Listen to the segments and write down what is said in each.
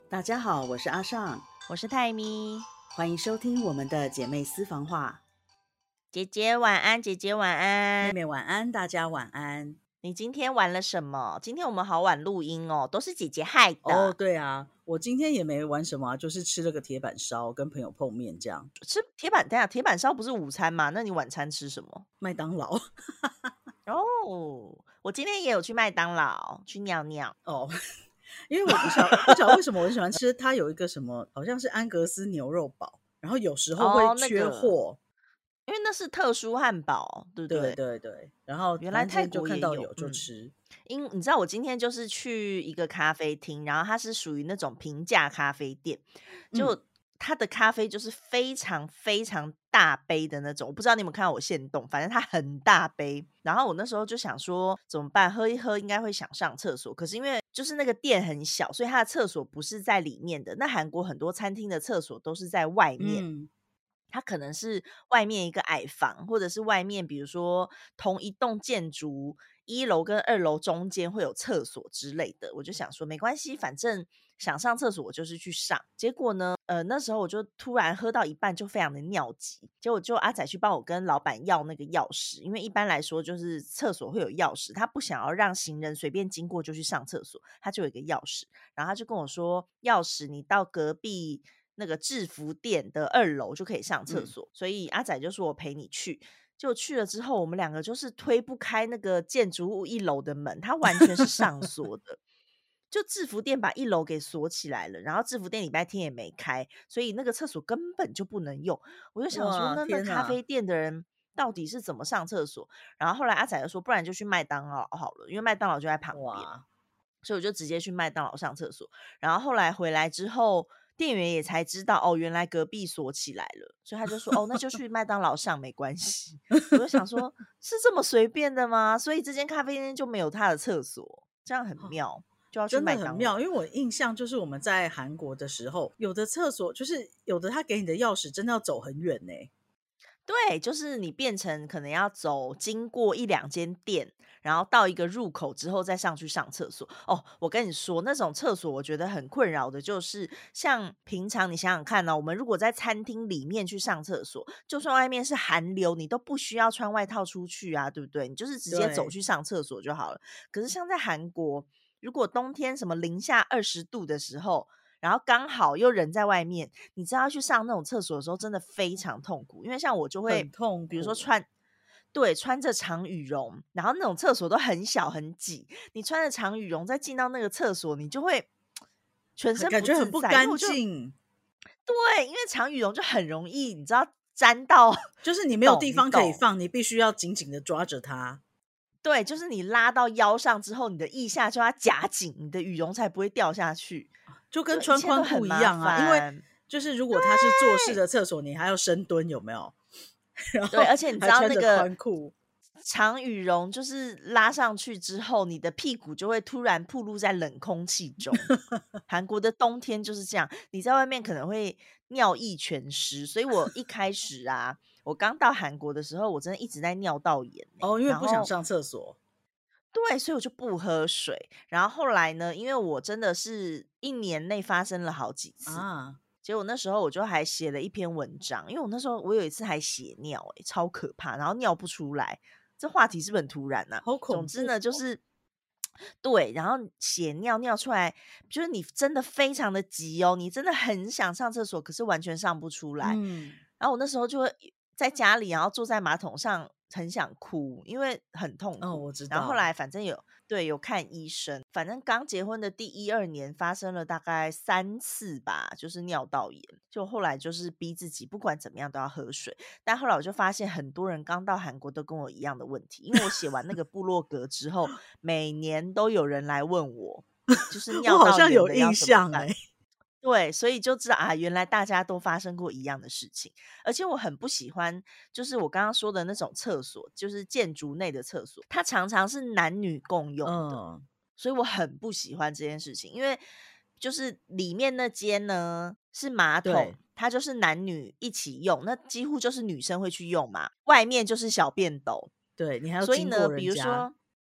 大家好，我是阿尚， 我是泰咪。 欢迎收听我们的姐妹私房话。 姐姐晚安，姐姐晚妹安。 妹晚安，大家晚安。 你今天玩了什么？今天我们好晚录音哦，都是姐姐害哦， 的。 对啊，我今天也没玩什么就是吃了个铁板烧，跟朋友碰面这样。 吃铁板，等一下铁板烧不是午餐吗？那你晚餐吃什么？ 麦当劳哦，我今天也有去麦当劳去尿尿。 哦，因为我不晓得为什么我很喜欢吃，它有一个什么好像是安格斯牛肉堡，然后有时候会那缺个， 货。 因为那是特殊汉堡，对不对对？ 对对，然后原来泰反正今天就国也有， 看到有就吃。 你知道我今天就是去一个咖啡厅，然后它是属于那种平价咖啡店， 嗯， 就它的咖啡就是非常非常大杯的那种，我不知道你有没有看到我限动，反正它很大杯。然后我那时候就想说怎么办，喝一喝应该会想上厕所，可是因为就是那个店很小，所以它的厕所不是在里面的。那韩国很多餐厅的厕所都是在外面。 嗯， 它可能是外面一个矮房，或者是外面比如说同一栋建筑1楼跟2楼中间会有厕所之类的。我就想说没关系，反正想上厕所我就是去上。结果呢那时候我就突然喝到一半就非常的尿急，结果就阿仔去帮我跟老板要那个钥匙，因为一般来说就是厕所会有钥匙，他不想要让行人随便经过就去上厕所，他就有一个钥匙。然后他就跟我说，钥匙你到隔壁那个制服店的2楼就可以上厕所，所以阿仔就说我陪你去。就去了之后，我们两个就是推不开那个建筑物1楼的门，它完全是上锁的。就制服店把1楼给锁起来了，然后制服店礼拜天也没开，所以那个厕所根本就不能用。我就想说， 哇， 那天哪！ 咖啡店的人到底是怎么上厕所？然后后来阿仔就说，不然就去麦当劳好了，因为麦当劳就在旁边。 哇， 所以我就直接去麦当劳上厕所，然后后来回来之后，店员也才知道哦，原来隔壁锁起来了，所以他就说哦，那就去麦当劳上没关系。我就想说，是这么随便的吗？所以这间咖啡店就没有他的厕所，这样很妙，就要去真的麦当劳。 很妙，因为我印象就是我们在韩国的时候，有的厕所就是有的他给你的钥匙真的要走很远呢。 对，就是你变成可能要经过1-2间店，然后到一个入口之后再上去上厕所。哦，我跟你说，那种厕所我觉得很困扰的，就是像平常你想想看呢、我们如果在餐厅里面去上厕所，就算外面是寒流，你都不需要穿外套出去啊，对不对？你就是直接走对， 去上厕所就好了。可是像在韩国，如果冬天什么零下20度的时候，然后刚好又人在外面，你知道要去上那种厕所的时候，真的非常痛苦。因为像我就会， 很痛比如说苦， 穿着长羽绒，然后那种厕所都很小很挤，你穿着长羽绒再进到那个厕所，你就会全身感觉很不自在，因为不干我就净， 对，因为长羽绒就很容易，你知道沾到就是你没有懂地你懂。 方可以放，你必须要紧紧的抓着它。 对，就是你拉到腰上之后，你的腋下就要夹紧，你的羽绒才不会掉下去， 就跟就一切都穿宽很麻裤一样啊，因为烦。 就是如果它是坐式的厕所，你还要深蹲，有没有？然对， 后而且你知还穿着道那个宽裤， 长羽绒，就是拉上去之后，你的屁股就会突然暴露在冷空气中。韩国的冬天就是这样，你在外面可能会尿意全湿。所以我一开始啊，我刚到韩国的时候，我真的一直在尿道炎哦，因为然后不想上厕所对，所以我就不喝水。然后后来呢，因为我真的是1年内发生了好几次。 啊， 结果那时候我就还写了一篇文章，因为我那时候我有一次还血尿、超可怕，然后尿不出来。这话题是不是很突然啊？ 好恐怖总之呢，就是对，然后血尿出来，就是你真的非常的急哦，你真的很想上厕所，可是完全上不出来。 嗯， 然后我那时候就会在家里，然后坐在马桶上，很想哭，因为很痛哦， 苦。 我知然后后道， 来反正有看医生，反正刚结婚的第1、2年发生了大概3次吧，就是尿道炎。就后来就是逼自己不管怎么样都要喝水，但后来我就发现很多人刚到韩国都跟我一样的问题，因为我写完那个部落格之后，每年都有人来问我，就是我尿道好像有炎的要印象哎、 怎么办。对，所以就知道啊，原来大家都发生过一样的事情。而且我很不喜欢，就是我刚刚说的那种厕所，就是建筑内的厕所，它常常是男女共用的， 嗯， 所以我很不喜欢这件事情。因为就是里面那间呢是马桶， 对它就是男女一起用，那几乎就是女生会去用嘛，外面就是小便斗。 对，你还要经过所以呢，比人家， 如说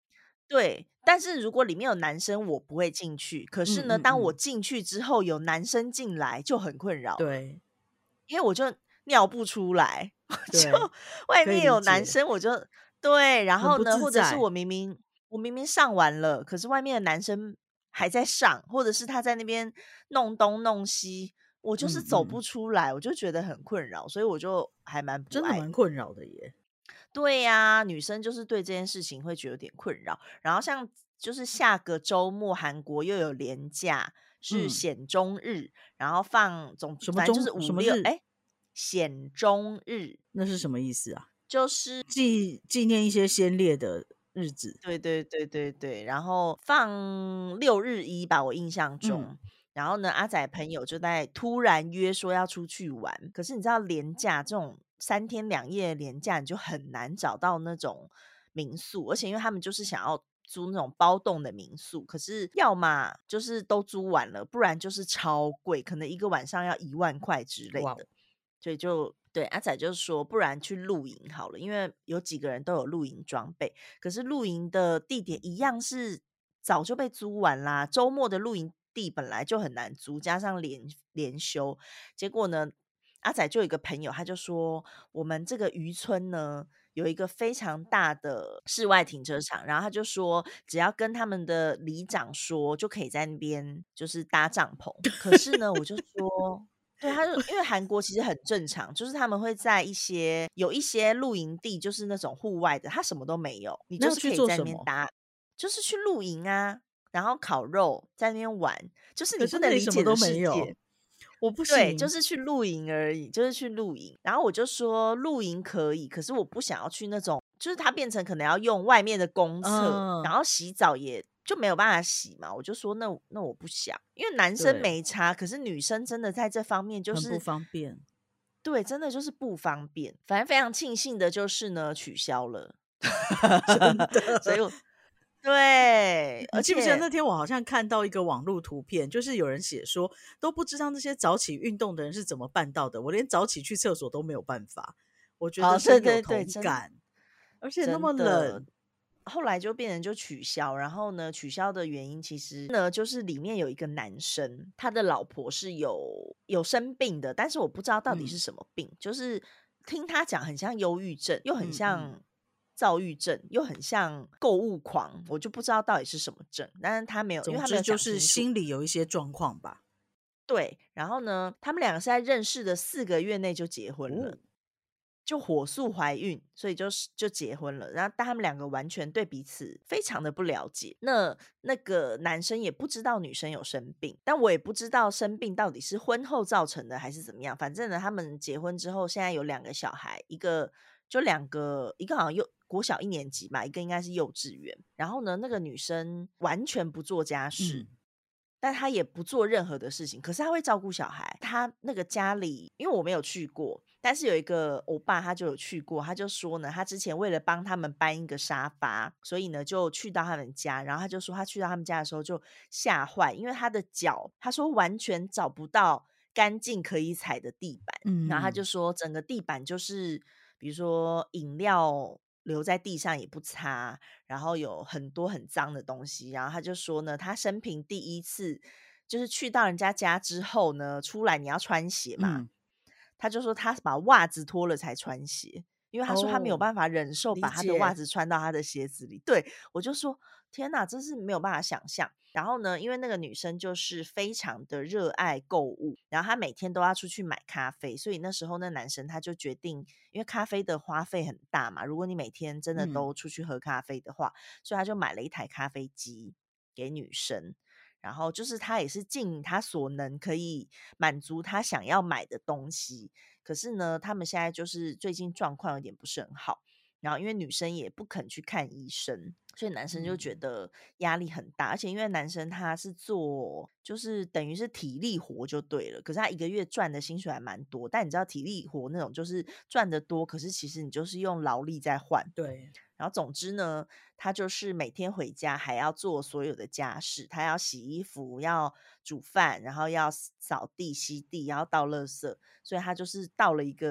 对，但是如果里面有男生，我不会进去。可是呢，当我进去之后，有男生进来就很困扰了， 对因为我就尿不出来，我就对，可以外面有男理解， 生，对，然很不后呢，或者是自在。 我明明上完了，可是外面的男生还在上，或者是他在那边弄东弄西，我就是走不嗯嗯， 出来，我就觉得很困扰，所以我就还蛮不真的爱的。 蛮困扰的耶。 对呀，女生就是对这件事情会觉得有点困扰。然后像就是下个周末韩国又有连假，是嗯， 显中日，然后反正就是五什么日？ 六显中日那是什么意思啊？ 就是纪念一些先烈的日子。 对对对对对，然后放6日1吧，我印象嗯， 中。然后呢，阿仔朋友就在突然约说要出去玩，可是你知道廉价这种3天2夜的廉价，你就很难找到那种民宿，而且因为他们就是想要租那种包栋的民宿，可是要么就是都租完了，不然就是超贵，可能一个晚上要1万块之类哇哦， 的。所以就对阿仔就说，不然去露营好了，因为有几个人都有露营装备，可是露营的地点一样是早就被租完啦。周末的露营地本来就很难租，加上连休，结果呢，阿仔就有一个朋友，他就说我们这个渔村呢。有一个非常大的室外停车场，然后他就说，只要跟他们的里长说，就可以在那边就是搭帐篷。可是呢，我就说，对，他就因为韩国其实很正常，就是他们会在有一些露营地，就是那种户外的，它什么都没有，你那要去就是可以在那做什么？ 边搭，就是去露营啊，然后烤肉，在那边玩，就是你不可是那能理解的里什么都没有， 世界。 我不对，就行。 是去露营而已，就是去露营。然后我就说露营可以，可是我不想要去那种，就是它变成可能要用外面的公厕，然嗯， 后洗澡也就没有办法洗嘛。我就说那我不想，因为男生对， 没差，可是女生真的在这方面就很不是方便。 对，真的就是不方便。反正非常庆幸的就是呢，取消了。 真所以的。 对， 你记不记得而且那天我好像看到一个网络图片，就是有人写说都不知道那些早起运动的人是怎么办到的，我连早起去厕所都没有办法，我觉得对深有对对， 同感，而且那么真的， 冷。 后来就变成就取消，然后呢，取消的原因其实呢，就是里面有一个男生，他的老婆是有生病的，但是我不知道到底嗯是什么病，就是听他讲很像忧郁症，又很嗯嗯， 像躁郁症，又很像购物狂，我就不知道到底是什么症，但是他没有，因为他没有总之就讲清楚。 是心里有一些状况吧。 对，然后呢，他们两个是在认识的4个月内就结婚哦， 了。就火速怀孕，所以就结婚了。然后，但他们两个完全对彼此非常的不了解。那个男生也不知道女生有生病，但我也不知道生病到底是婚后造成的还是怎么样。反正呢，他们结婚之后，现在有2个小孩，一个好像国小1年级吧，一个应该是幼稚园。然后呢，那个女生完全不做家嗯事，但他也不做任何的事情，可是他会照顾小孩。他那个家里，因为我没有去过，但是有一个欧巴他就有去过，他就说呢，他之前为了帮他们搬一个沙发，所以呢就去到他们家，然后他就说他去到他们家的时候就吓坏，因为他的脚，他说完全找不到干净可以踩的地板，然后他就嗯， 说整个地板就是比如说饮料留在地上也不擦，然后有很多很脏的东西，然后他就说呢，他生平第一次就是去到人家家之后呢，出来你要穿鞋嘛， 嗯， 他就说他把袜子脱了才穿鞋，因为他说他没有哦， 办法忍受理把他的袜解。 子穿到他的鞋子里。对，我就说天哪，真是没有办法想象。然后呢，因为那个女生就是非常的热爱购物，然后她每天都要出去买咖啡，所以那时候那男生他就决定，因为咖啡的花费很大嘛，如果你每天真的嗯都出去喝咖啡的话，所以他就买了一台咖啡机给女生。然后就是他也是尽他所能可以满足他想要买的东西，可是呢，他们现在就是最近状况有点不是很好，然后因为女生也不肯去看医生，所以男生就觉嗯得压力很大，而且因为男生他是做就是等于是体力活就对了，可是他一个月赚的薪水还蛮多，但你知道体力活那种就是赚得多，可是其实你就是用劳力在换。 对， 然后总之呢，他就是每天回家还要做所有的家事，他要洗衣服，要煮饭，然后要扫地、吸地，然后倒垃圾，所以他就是到了一个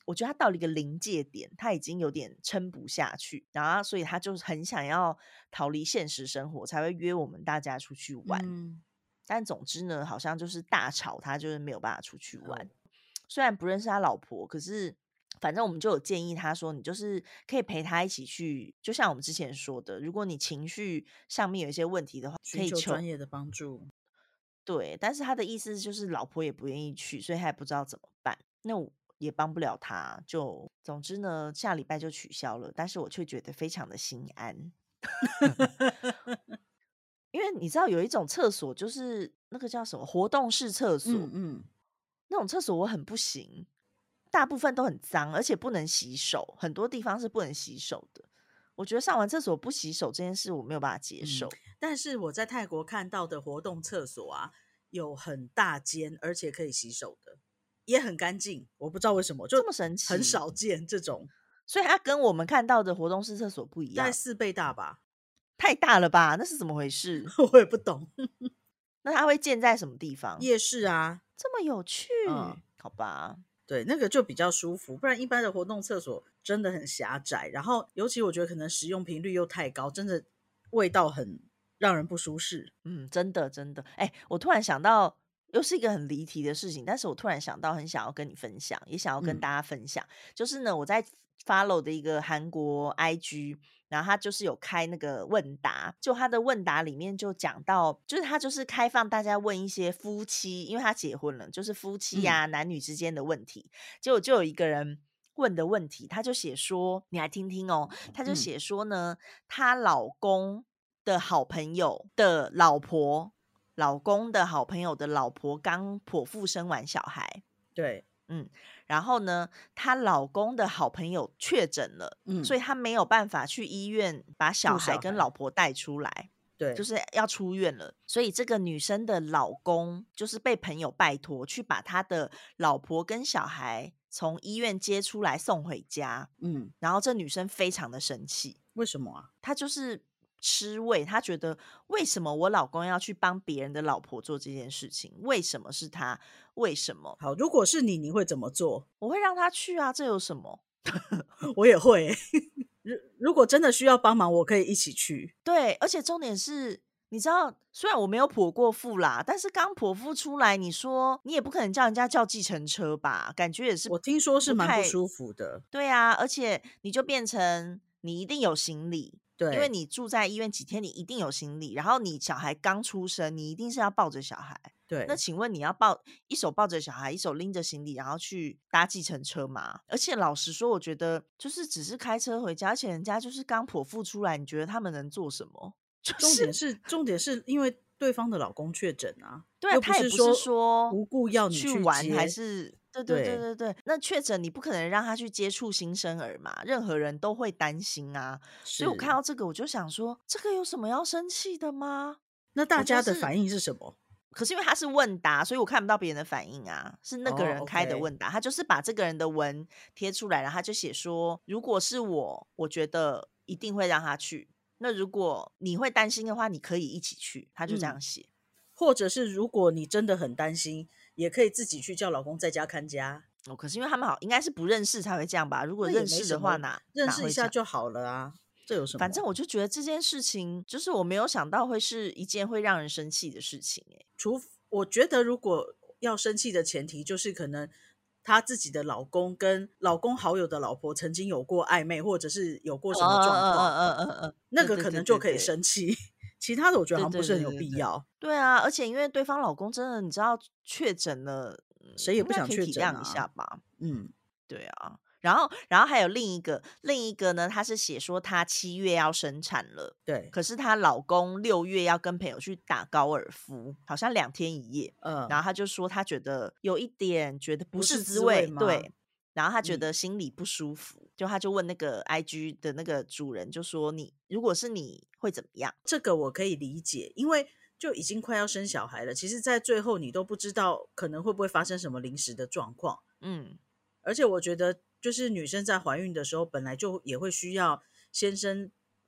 我觉得他到了一个临界点，他已经有点撑不下去，然后所以他就很想要逃离现实生活，才会约我们大家出去玩。 嗯， 但总之呢，好像就是大吵，他就是没有办法出去玩。 哦， 虽然不认识他老婆，可是反正我们就有建议他说，你就是可以陪他一起去，就像我们之前说的，如果你情绪上面有一些问题的话，可寻求以求专业的帮助。 对。但是他的意思就是老婆也不愿意去，所以他也不知道怎么办。那我也帮不了他，就总之呢，下礼拜就取消了。但是我却觉得非常的心安，因为你知道有一种厕所就是那个叫什么活动式厕所， 嗯嗯， 那种厕所我很不行，大部分都很脏，而且不能洗手，很多地方是不能洗手的。我觉得上完厕所不洗手这件事我没有办法接受。 但是我在泰国看到的活动厕所啊，有很大间，而且可以洗手的，也很干净。我不知道为什么，就这么神很奇， 少见这种， 所以它跟我们看到的活动式厕所不一样， 大概4倍大吧， 太大了吧？那是怎么回事？ 我也不懂。 那它会建在什么地方？ 夜市啊， 这么有趣， 嗯， 好吧？ 对，那个就比较舒服，不然一般的活动厕所真的很狭窄，然后尤其我觉得可能使用频率又太高，真的味道很让人不舒适。 真的真的，哎，我突然想到，又是一个很离题的事情，但是我突然想到，很想要跟你分享，也想要跟嗯大家分享，就是呢，我在 follow 的一个韩国 IG，然后他就是有开那个问答，就他的问答里面就讲到，就是他就是开放大家问一些夫妻，因为他结婚了，就是夫妻嗯呀、男女之间的问题，结果就有一个人。问的问题，他就写说，你来听听哦。他就嗯， 写说呢，她老公的好朋友的老婆，老公的好朋友的老婆刚剖腹生完小孩， 对， 嗯，然后呢，她老公的好朋友确诊了，所嗯， 以他没有办法去医院把小孩跟顾小孩， 老婆带出来。就对， 是要出院了，所以这个女生的老公就是被朋友拜托去把他的老婆跟小孩从医院接出来送回家， 嗯， 然后这女生非常的生气， 为什么啊？ 她就是吃味，她觉得为什么我老公要去帮别人的老婆做这件事情？为什么是他？为什么好，如果是你，你会怎么做？ 我会让他去啊？这有什么？ 我也会欸如果真的需要帮忙，我可以一起去。 对，而且重点是，你知道，虽然我没有剖过腹啦，但是刚剖腹出来，你说你也不可能叫人家叫计程车吧？感觉也是我听说是不太蛮不舒服的， 对啊，而且你就变成你一定有行李，因为对你住在医院几天，你一定有行李。然后你小孩刚出生，你一定是要抱着小孩。那对， 请问你要一手抱着小孩，一手拎着行李，然后去搭计程车吗？而且老实说，我觉得就是只是开车回家，而且人家就是刚剖腹出来，你觉得他们能做什么？就是重点是因为对方的老公确诊啊， 对啊， 又不他也不是是说说无故要你去去玩还接， 是对对对对， 对对，那确诊你不可能让他去接触新生儿嘛，任何人都会担心啊。所以我看是。 到这个，我就想说，这个有什么要生气的吗？ 那大我就是家的反应是什么？ 可是因为他是问答，所以我看不到别人的反应啊，是那个哦人开的 ，OK， 问答，他就是把这个人的文贴出来，然后他就写说，如果是我，我觉得一定会让他去。那如果你会担心的话，你可以一起去。他就这嗯， 样写。 或者是如果你真的很担心，也可以自己去叫老公在家看家， 哦，可是因为他们应该是不认识才会这样吧？如果那也认识的话， 没什么，认识一哪会这样？ 下就好了啊，这有什么？ 反正我就觉得这件事情，就是我没有想到会是一件会让人生气的事情、欸。 我觉得如果要生气的前提，就是可能她自己的老公跟老公好友的老婆曾经有过暧昧，或者是有过什么状况，那个对对可能就可以对对对生气。其他的我觉得好对对像不是很有对对对必要， 对啊！而且因为对方老公真的，你知道确诊了，应谁也不想该可以体确诊啊。 谅一下吧？ 嗯， 对啊，然后还有另一个呢，她是写说她7月要生产了， 对， 可是她老公6月要跟朋友去打高尔夫，好像2天1夜，然后她就说她觉得有一点觉得不是不是滋味滋味， 吗？ 对，然后她觉嗯， 得心里不舒服，她就问那个 IG 的那个主人，就说你如果是你会怎么样？ 这个我可以理解，因为就已经快要生小孩了，其实在最后你都不知道可能会不会发生什么临时的状况。 嗯， 而且我觉得，就是女生在怀孕的时候，本来就也会需要先生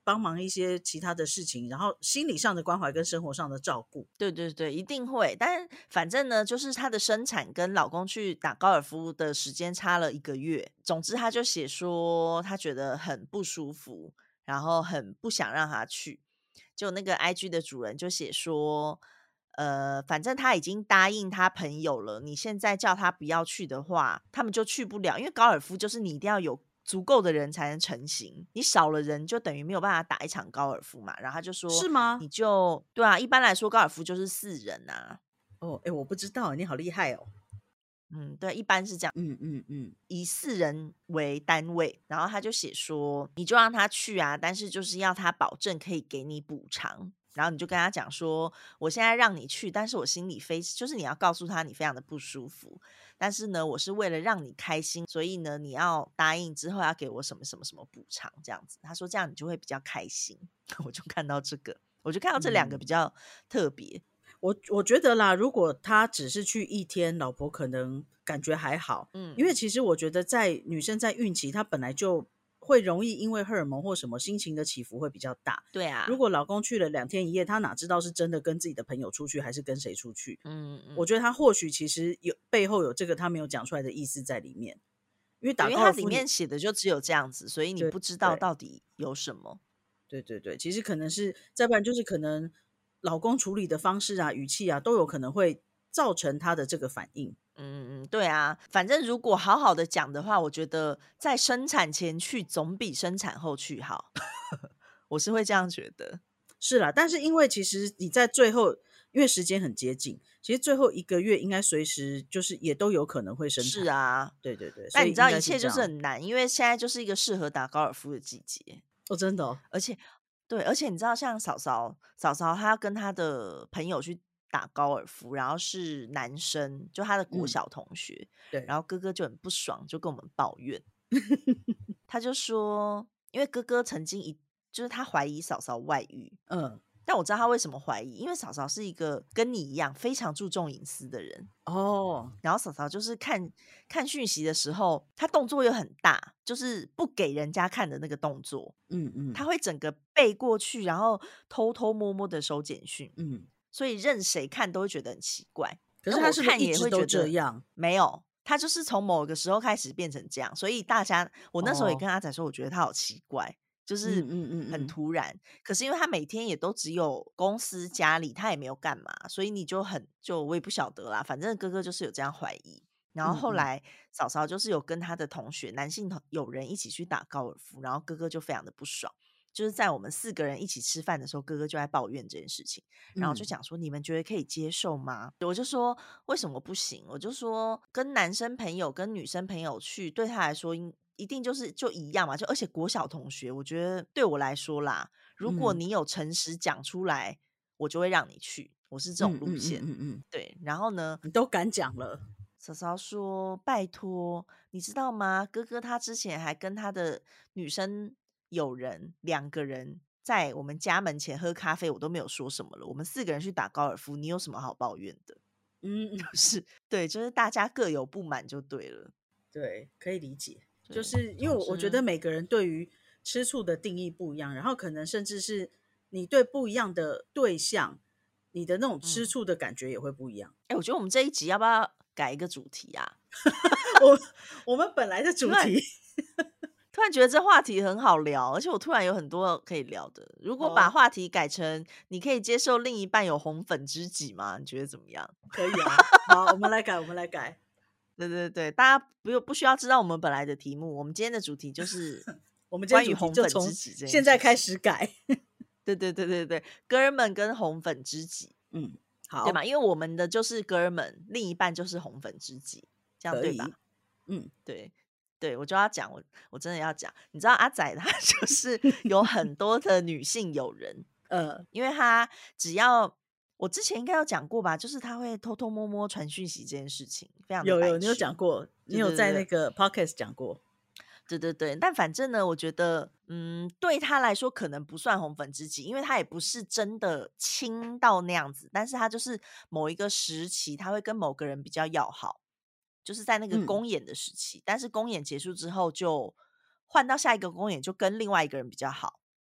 帮忙一些其他的事情，然后心理上的关怀跟生活上的照顾。 对对对，一定会。但反正呢，就是她的生产跟老公去打高尔夫的时间差了1个月。总之，她就写说她觉得很不舒服，然后很不想让她去。就那个 IG 的主人就写说，反正他已经答应他朋友了，你现在叫他不要去的话，他们就去不了。因为高尔夫就是你一定要有足够的人才能成型，你少了人就等于没有办法打一场高尔夫嘛。然后他就说， 是吗？ 你就对啊，一般来说高尔夫就是4人啊。 哦，我不知道，你好厉害哦。 对，一般是这样，以4人为单位。然后他就写说，你就让他去啊，但是就是要他保证可以给你补偿。然后你就跟他讲说，我现在让你去，但是我心里就是你要告诉他你非常的不舒服，但是呢，我是为了让你开心，所以呢，你要答应之后要给我什么什么什么补偿，这样子。他说这样你就会比较开心。我就看到这个，我就看到这2个比较特别。 我觉得啦，如果他只是去1天，老婆可能感觉还好，因为其实我觉得女生在孕期，她本来就会容易因为荷尔蒙或什么心情的起伏会比较大。 对啊， 如果老公去了2天1夜，他哪知道是真的跟自己的朋友出去，还是跟谁出去？我觉得他或许其实背后有这个他没有讲出来的意思在里面。因为打高尔夫因为它里面写的就只有这样子，所以你不知道到底有什么。 对对对，其实可能是，再不然就是可能老公处理的方式啊、语气啊，都有可能会造成他的这个反应。 对啊，反正如果好好的讲的话，我觉得在生产前去总比生产后去好。我是会这样觉得。 是啦，但是因为其实你在最后，因为时间很接近，其实最后1个月应该随时就是也都有可能会生产。 是啊， 对对对，所但以你知道一切应该是这样。 就是很难，因为现在就是一个适合打高尔夫的季节。 真的哦。 而且对，而且你知道像嫂嫂她跟她的朋友去打高尔夫，然后是男生，就他的国小同学。 对， 然后哥哥就很不爽，就跟我们抱怨。他就说，因为哥哥曾经就是他怀疑嫂嫂外遇。但我知道他为什么怀疑，因为嫂嫂是一个跟你一样非常注重隐私的人。然后嫂嫂就是看讯息的时候，他动作又很大，就是不给人家看的那个动作。他会整个背过去，然后偷偷摸摸的收简讯。所以任谁看都会觉得很奇怪。 可是他是不是一直都这样？ 没有，他就是从某个时候开始变成这样。所以我那时候也跟阿仔说，我觉得他好奇怪。就是很突然。可是因为他每天也都只有公司家里，他也没有干嘛，所以你就我也不晓得啦。反正哥哥就是有这样怀疑。然后后来嫂嫂就是有跟他的同学男性友人一起去打高尔夫，然后哥哥就非常的不爽。就是在我们4个人一起吃饭的时候，哥哥就在抱怨这件事情。然后就讲说，你们觉得可以接受吗？我就说为什么不行？我就说跟男生朋友跟女生朋友去，对他来说一定就一样嘛。而且国小同学，我觉得对我来说啦，如果你有诚实讲出来，我就会让你去。我是这种路线。对，然后呢， 你都敢讲了。 嫂嫂说拜托，你知道吗？哥哥他之前还跟他的女生友人2个人在我们家门前喝咖啡，我都没有说什么了。我们4个人去打高尔夫，你有什么好抱怨的？就是对，就是大家各有不满就对了。 对，可以理解。就是因为我觉得每个人对于吃醋的定义不一样，然后可能甚至是你对不一样的对象，你的那种吃醋的感觉也会不一样。 我觉得我们这一集要不要改一个主题啊？ 我们本来的主题突然觉得这话题很好聊，而且我突然有很多可以聊的。如果把话题改成你可以接受另一半有红粉知己吗？你觉得怎么样？ 可以啊。好，我们来改。 对对对，大家不需要知道我们本来的题目，我们今天的主题就是我们今天关于红粉知己这件事。 现在开始改。 对对对对对，哥们跟红粉知己。 好， 对嘛？因为我们的就是哥们，另一半就是红粉知己，这样对吧？对对，我就要讲，我真的要讲。你知道阿仔他就是有很多的女性友人。因为他只要我之前应该有讲过吧，就是他会偷偷摸摸传讯息这件事情，非常的白痴。 有你有讲过，你有在那个 podcast 讲过。 对对对，但反正呢，我觉得对他来说可能不算红粉知己，因为他也不是真的亲到那样子，但是他就是某一个时期他会跟某个人比较要好，就是在那个公演的时期。但是公演结束之后就换到下一个公演，就跟另外一个人比较好。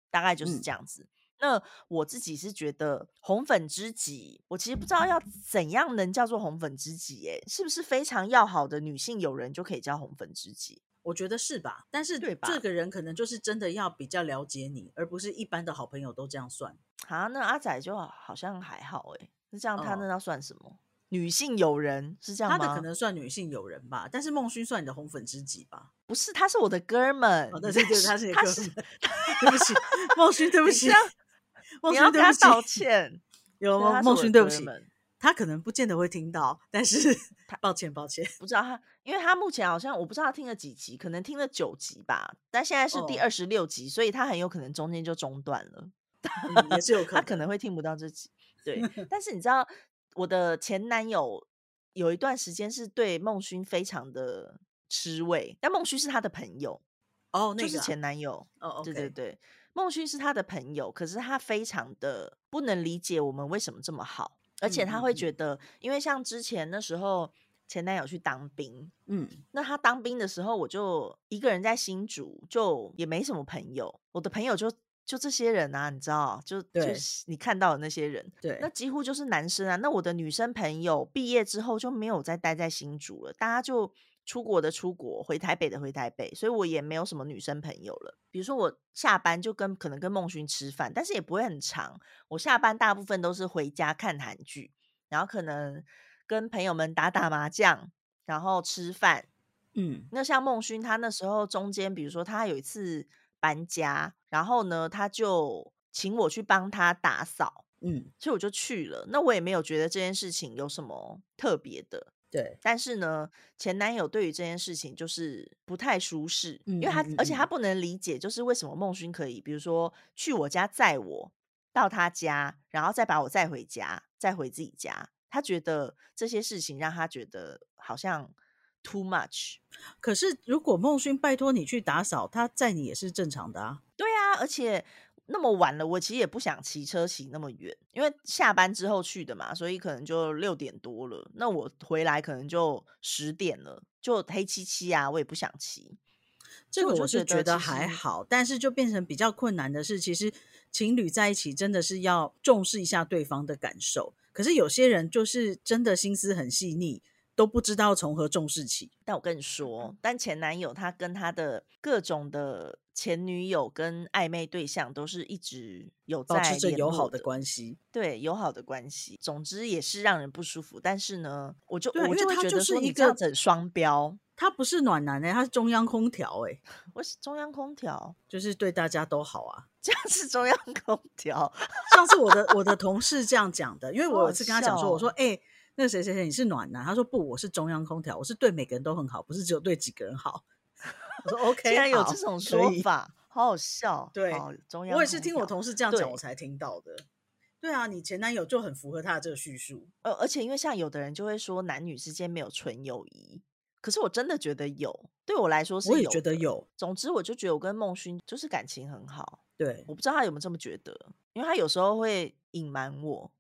大概就是这样子。那我自己是觉得红粉知己，我其实不知道要怎样能叫做红粉知己，是不是非常要好的女性友人就可以叫红粉知己？ 我觉得是吧？但是对吧？ 这个人可能就是真的要比较了解你，而不是一般的好朋友都这样算。 那阿仔就好像还好是这样，他那哦， 要算什么？女性友人是这样他的可吗？ 能算女性友人吧，但是孟勋算你的红粉知己吧？ 不是，他是我的哥们。 哦，对，他是你的他是哥们。对不起，孟勋，对不起， 你这样孟你要勋，对不起， 跟他道歉。 有对，他是我的孟勋，对不起， 哥们。 他可能不见得会听到，但是抱歉，抱歉。 不知道他，因为他目前好像我不知道他听了几集，可能听了9集吧，但现在是第哦， 26集，所以他很有可能中间就中断了。 也是有可他能。 可能会听不到这集。对，但是你知道我的前男友有一段时间是对孟勋非常的吃味，但孟勋是他的朋友， 哦， 就是那个啊， 前男友。 哦对对 ，OK， 对，孟勋是他的朋友，可是他非常的不能理解我们为什么这么好，而且他会觉得，因为像之前那时候前男友去当兵，那他当兵的时候，我就一个人在新竹，就也没什么朋友，我的朋友就这些人啊，你知道， 对是你看到的那些人，那对， 几乎就是男生啊。那我的女生朋友毕业之后就没有再待在新竹了，大家就出国的出国，回台北的回台北，所以我也没有什么女生朋友了。比如说我下班就可能跟孟勋吃饭，但是也不会很长。我下班大部分都是回家看韩剧，然后可能跟朋友们打打麻将，然后吃饭。那像孟勋他那时候中间，比如说他有一次搬家，然后呢他就请我去帮他打扫，所以我就去了。那我也没有觉得这件事情有什么特别的， 对， 但是呢，前男友对于这件事情就是不太舒适，因为而且他嗯， 不能理解，就是为什么孟勋可以，比如说去我家载我到他家，然后再把我载回家，再回自己家。他觉得这些事情让他觉得好像 too much。 可是如果孟勋拜托你去打扫，他载你也是正常的啊。 对啊，而且那么晚了，我其实也不想骑车骑那么远，因为下班之后去的嘛，所以可能就6点多了。那我回来可能就10点了，就黑漆漆啊，我也不想骑。所以我这个我是就觉得， 觉得其实还好，但是就变成比较困难的是，其实情侣在一起真的是要重视一下对方的感受。可是有些人就是真的心思很细腻，都不知道从何重视起。 但我跟你说，但前男友他跟他的各种的前女友跟暧昧对象都是一直有保持在着友好的联络的。 关系。 对，友好的关系，总之也是让人不舒服。但是呢，我就对啊，因为他就会觉得说，你这样是一个， 子很双标。 他不是暖男他是中央空调我是中央空调， 就是对大家都好啊。 这样是中央空调。 上次我的同事这样讲的，因为好好我有一次跟他讲说，我说笑。 那个谁谁谁你是暖男，他说不，我是中央空调，我是对每个人都很好，不是只有对几个人好。我说竟 OK， 然有这好， 种可以。 说法，好好笑。 对， 好，中我也是听我央空调。 同事这样讲，我对， 才听到的。对啊，你前男友就很符合他的这个叙述。 而且因为像有的人就会说男女之间没有纯友谊，可是我真的觉得有，对我来说我也是有的。 觉得有。 总之，我就觉得我跟孟勋就是感情很好。 对， 我不知道他有没有这么觉得，因为他有时候会隐瞒我。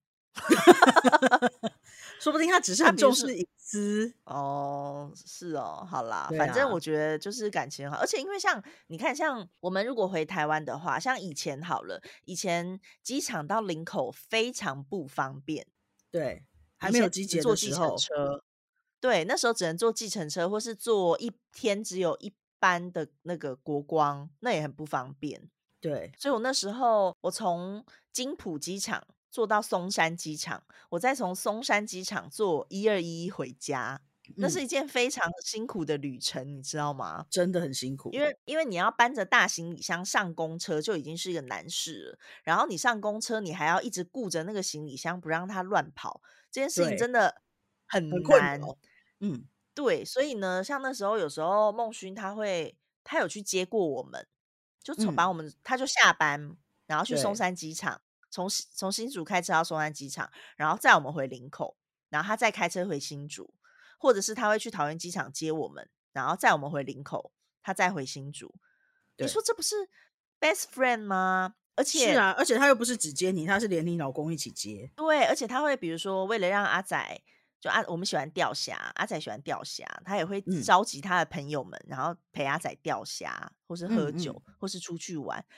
说不定他只是他比如说， 很重视隐私。 是哦，好啦， 对啊， 反正我觉得就是感情很好，而且因为像你看，像我们如果回台湾的话，像以前好了，以前机场到林口非常不方便， 对，还以前没有集结的只能坐计时候。 程车。对，那时候只能坐计程车，或是坐一天只有一班的那个国光，那也很不方便。 对， 所以我那时候我从金浦机场坐到松山机场，我再从松山机场坐121回家，那是一件非常辛苦的旅程，你知道吗？ 真的很辛苦。 因为你要搬着大行李箱上公车就已经是一个难事了，然后你上公车你还要一直顾着那个行李箱不让它乱跑，这件事情对， 真的很很难。 困扰。嗯对，所以呢，像那时候有时候孟勋他有去接过我们，就把我们他就下班，然后去松对山机场，从新竹开车到松山机场，然后载我们回林口，然后他再开车回新竹，或者是他会去桃园机场接我们，然后载我们回林口，他再回新竹。你对， 说这不是 best friend 吗？而且是啊，而且他又不是只接你，他是连你老公一起接。 对，而且他会比如说为了让阿仔我们喜欢钓虾，阿仔喜欢钓虾，他也会嗯召集他的朋友们，然后陪阿仔钓虾，或是喝酒，或是出去玩。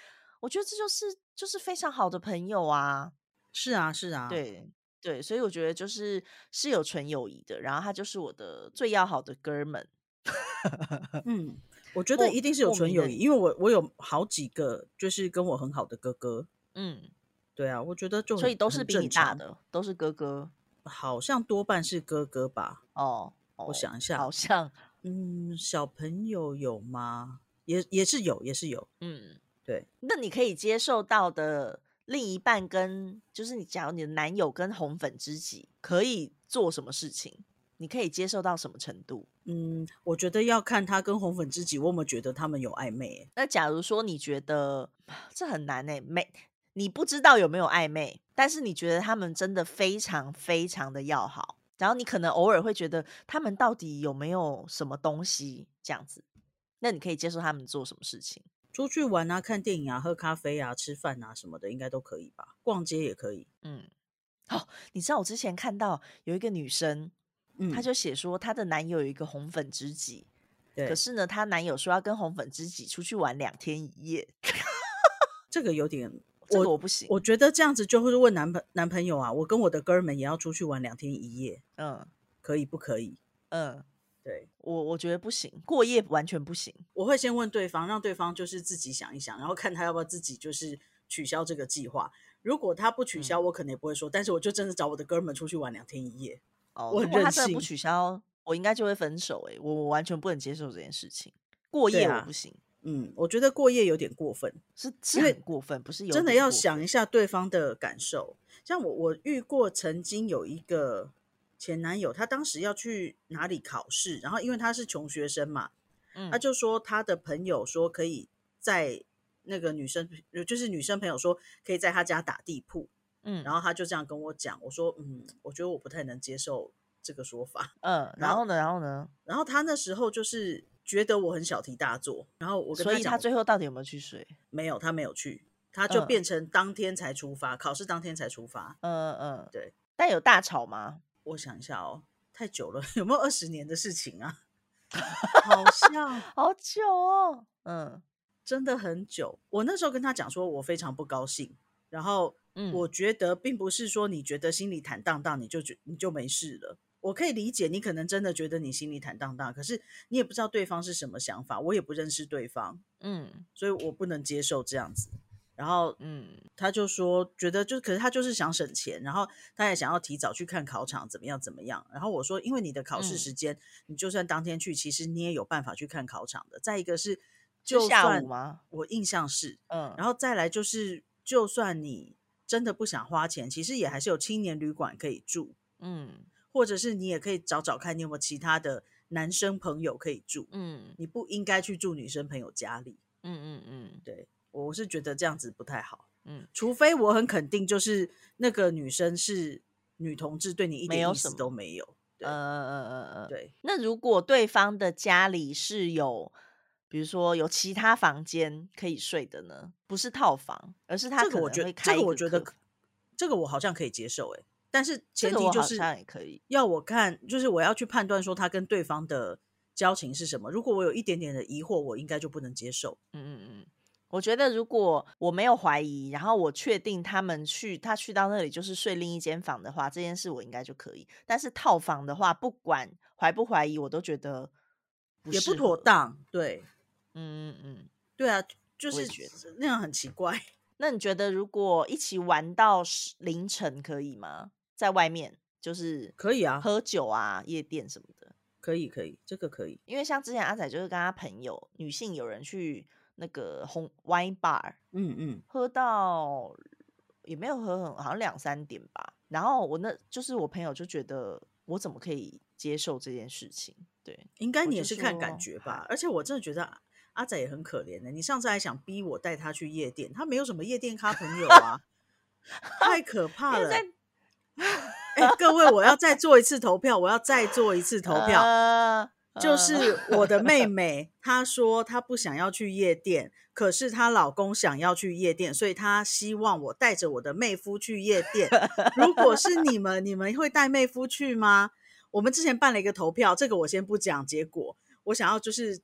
我觉得这就是非常好的朋友啊。 是啊，是啊， 对对，所以我觉得是有纯友谊的，然后他就是我的最要好的哥们。 嗯，我觉得莫一定是有莫名的， 纯友谊，因为我有好几个就是跟我很好的哥哥， 嗯， 对啊，我觉得就所以都是很比你大正常， 的，都是哥哥。 好像多半是哥哥吧， 哦我哦， 想一下， 好像小朋友有吗？也是有，也是有， 嗯， 对， 那你可以接受到的另一半跟就是你假如你的男友跟红粉知己可以做什么事情，你可以接受到什么程度？ 我觉得要看他跟红粉知己，我有没有觉得他们有暧昧欸。 那假如说你觉得这很难你不知道有没有暧昧，但是你觉得他们真的非常非常的要好，然后你可能偶尔会觉得他们到底有没有什么东西这样子，那你可以接受他们做什么事情？ 出去玩啊、看电影啊、喝咖啡啊、吃饭啊什么的，应该都可以吧？逛街也可以。 嗯，好，你知道我之前看到有一个女生，她嗯， 就写说她的男友有一个红粉知己，可对， 是呢，她男友说要跟红粉知己出去玩2天1夜， 这个有点， 这个我我不行。 我觉得这样子就会问男朋友啊，我跟我的哥们也要出去玩2天1夜， 嗯可以不可以？ 嗯， 对， 我觉得不行，过夜完全不行。 我会先问对方，让对方就是自己想一想，然后看他要不要自己就是取消这个计划。如果他不取消， 嗯， 我可能也不会说，但是我就真的找我的哥们出去玩2天1夜， 哦， 我很如果他真的不任性。 取消，我应该就会分手。我完全不能接受这件事情，过对啊， 夜我不行， 我觉得过夜有点过分。 是因为很过分，不是有真的要点过分。 想一下对方的感受。像我遇过曾经有一个前男友，他当时要去哪里考试，然后因为他是穷学生嘛，他嗯就说他的朋友说可以在那个女生，就是女生朋友说可以在他家打地铺，然嗯后他就这样跟我讲，我说我觉得我不太能接受这个说法。然后然后呢，然后呢？ 他那时候就是觉得我很小题大做，然后我跟所以他他讲最后到底有没有去睡？ 没有，他没有去，他就嗯变成当天才出发，考试当天才出发。 嗯， 对， 但有大吵吗？ 我想一下哦，太久了，有没有20年的事情啊？好像好久哦。 真的很久。我那时候跟他讲说，我非常不高兴，然后我嗯觉得并不是说你觉得心里坦荡荡，你就没事了。我可以理解，你可能真的觉得你心里坦荡荡，可是你也不知道对方是什么想法，我也不认识对方， 嗯所以我不能接受这样子。然后嗯他就说，觉得可是他就是想省钱，然后他也想要提早去看考场，怎么样怎么样。然后我说，因为你的考试时嗯， 间，你就算当天去，其实你也有办法去看考场的。再一个是， 是下午就算吗？ 我印象是， 嗯然后再来就是，就算你真的不想花钱，其实也还是有青年旅馆可以住， 嗯或者是你也可以找找看你有没有其他的男生朋友可以住， 嗯你不应该去住女生朋友家里。 嗯对，我是觉得这样子不太好。 嗯， 除非我很肯定，就是那个女生是女同志，对你一没点意思都有什么。 没有。对对， 那如果对方的家里是有，比如说有其他房间可以睡的呢？不是套房，而是他可能会这开一个我觉得个客房， 这个我好像可以接受但是前这个提就是我好像也可以。 要我看，就是我要去判断说他跟对方的交情是什么。如果我有一点点的疑惑，我应该就不能接受。 我觉得如果我没有怀疑，然后我确定他去到那里就是睡另一间房的话，这件事我应该就可以。但是套房的话，不管怀不怀疑，我都觉得不也不适合。 妥当。对对啊，就是我也觉得。 那样很奇怪。 那你觉得如果一起玩到凌晨可以吗？在外面就是可以啊， 喝酒啊、夜店什么的？ 可以可以，这个可以。 因为像之前阿仔就是跟他朋友女性有人去那个红 wine bar， 嗯， 喝到也没有喝好像2、3点吧。然后就是我朋友就觉得我怎么可以接受这件事情？对， 应该我就你也是看感说觉吧。而且我真的觉得阿仔也很可怜的。你上次还想逼我带他去夜店，他没有什么夜店咖朋友啊，太可怕了。 因为在各位，我要再做一次投票，我要再做一次投票。就呃是我的妹妹，她说她不想要去夜店，可是她老公想要去夜店，所以她希望我带着我的妹夫去夜店。如果是你们会带妹夫去吗？我们之前办了一个投票，这个我先不讲结果，我想要就是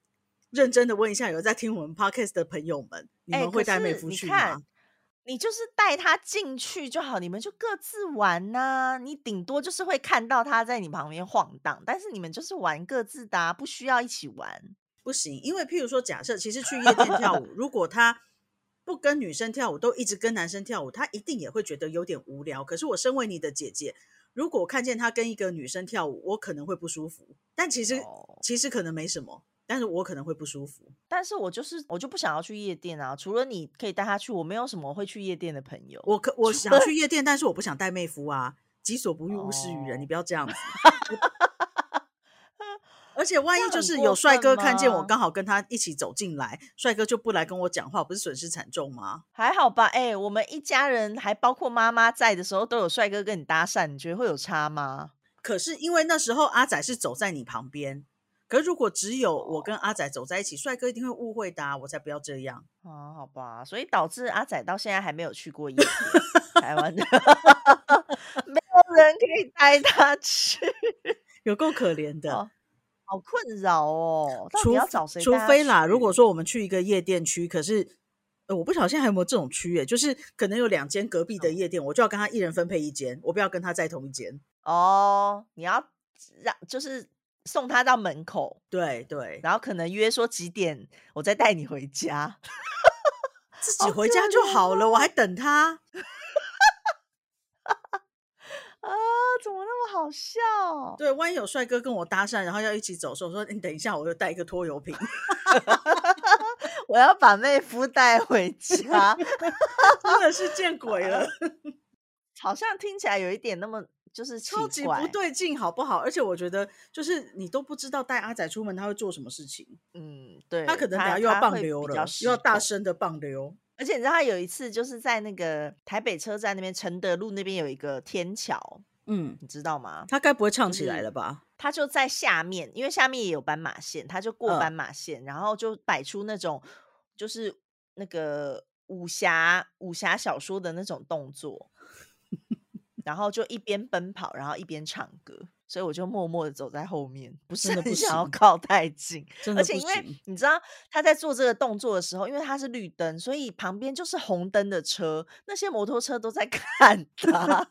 认真的问一下有在听我们 podcast 的朋友们，你们会带妹夫去吗？ 你就是带他进去就好，你们就各自玩啊，你顶多就是会看到他在你旁边晃荡，但是你们就是玩各自的啊，不需要一起玩。 不行，因为譬如说假设其实去夜店跳舞，如果他不跟女生跳舞，都一直跟男生跳舞，他一定也会觉得有点无聊。可是我身为你的姐姐，如果看见他跟一个女生跳舞，我可能会不舒服，但其实可能没什么，但是我可能会不舒服。 但是我就不想要去夜店啊，除了你可以带他去，我没有什么会去夜店的朋友。 我想去夜店，但是我不想带妹夫啊，己所不欲勿施于人，你不要这样子。而且万一就是有帅哥看见我刚好跟他一起走进来，帅哥就不来跟我讲话，不是损失惨重吗？ 还好吧，我们一家人还包括妈妈在的时候都有帅哥跟你搭讪，你觉得会有差吗？ 可是因为那时候阿仔是走在你旁边，可是如果只有我跟阿仔走在一起，帅哥一定会误会的啊，我才不要这样啊。好吧，所以导致阿仔到现在还没有去过夜店，台湾的没有人可以带他去， 有够可怜的。 好困扰哦，到底要找谁带他去？ 除非啦，如果说我们去一个夜店区，可是我不晓得现在还有没有这种区就是可能有2间隔壁的夜店，我就要跟他一人分配1间，我不要跟他在同一间。 你要就是送他到门口， 对对， 然后可能约说几点，我再带你回家， 自己回家就好了，我还等他。 怎么那么好笑？ 对，万一有帅哥跟我搭讪，然后要一起走的时候，我说你等一下，我又带一个拖油瓶， 我要把妹夫带回家， 真的是见鬼了。 好像听起来有一点那么就是奇怪， 超级不对劲，好不好？而且我觉得就是你都不知道带阿仔出门他会做什么事情。 对， 他可能等下又要棒溜了，又要大声的棒溜。 而且你知道他有一次就是在那个台北车站那边承德路那边有一个天桥，你知道吗？ 他该不会唱起来了吧？ 他就在下面，因为下面也有斑马线，他就过斑马线，然后就摆出那种就是那个武侠小说的那种动作，然后就一边奔跑，然后一边唱歌。所以我就默默的走在后面，不是很想要靠太近，而且因为你知道他在做这个动作的时候，因为他是绿灯，所以旁边就是红灯的车，那些摩托车都在看他。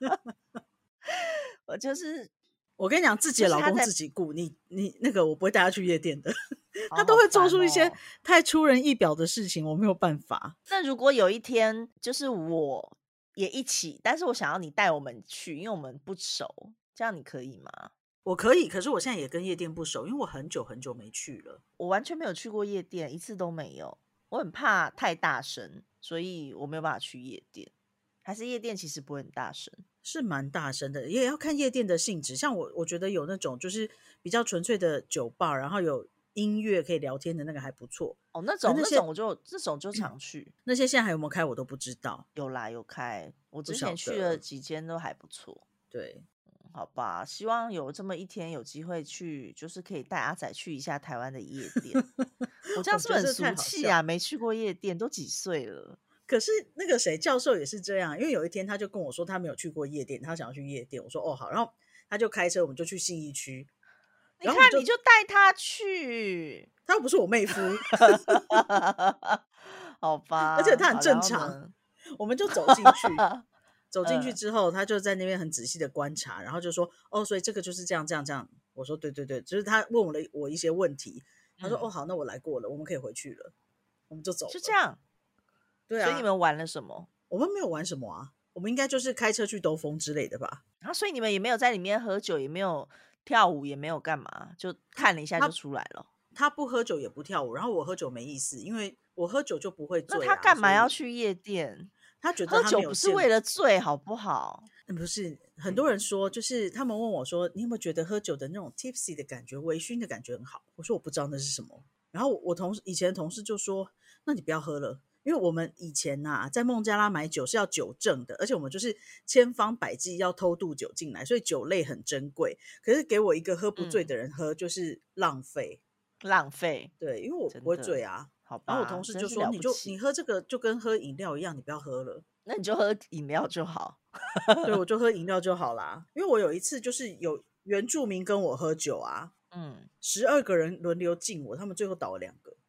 我跟你讲，自己的老公自己顾，你那个我不会带他去夜店的，他都会做出一些太出人意表的事情，我没有办法。 那如果有一天就是我也一起，但是我想要你带我们去，因为我们不熟，这样你可以吗？ 我可以，可是我现在也跟夜店不熟，因为我很久很久没去了。 我完全没有去过夜店，一次都没有。我很怕太大声，所以我没有办法去夜店。还是夜店其实不会很大声？ 是蛮大声的，也要看夜店的性质。像我觉得有那种就是比较纯粹的酒吧，然后有音乐可以聊天的那个还不错。 那种我就常去。 那些现在还有没有开我都不知道。 有啦，有开，我之前去了几间都还不错。 对， 好吧，希望有这么一天有机会去，就是可以带阿仔去一下台湾的夜店。我这样是不是很俗气啊？没去过夜店，都几岁了。 可是那个谁教授也是这样，因为有一天他就跟我说他没有去过夜店，他想要去夜店。我说哦好，然后他就开车，我们就去信义区。 你看，你就带他去， 他又不是我妹夫。 好吧， 而且他很正常，我们就走进去。走进去之后，他就在那边很仔细的观察，然后就说哦，所以这个就是这样这样这样。我说对对对，就是他问我一些问题，他说哦好，那我来过了，我们可以回去了，我们就走了。 就这样。 对啊， 所以你们玩了什么？ 我们没有玩什么啊，我们应该就是开车去兜风之类的吧。 所以你们也没有在里面喝酒，也没有跳舞，也没有干嘛，就看了一下就出来了。 他不喝酒也不跳舞，然后我喝酒没意思，因为我喝酒就不会醉。 那他干嘛要去夜店？ 他觉得喝酒不是为了醉，好不好？ 不是，很多人说，就是他们问我说，你有没有觉得喝酒的那种 tipsy 的感觉，微醺的感觉很好？我说我不知道那是什么。然后我以前的同事就说，那你不要喝了。因为我们以前在孟加拉买酒是要酒证的，而且我们就是千方百计要偷渡酒进来，所以酒类很珍贵。可是给我一个喝不醉的人喝，就是浪费。对，因为我不会醉啊。 好吧。 然后我同事就说，你喝这个就跟喝饮料一样，你不要喝了。 那你就喝饮料就好。 对，我就喝饮料就好啦。因为我有一次就是有原住民跟我喝酒啊，12个人轮流敬我，他们最后倒了2个。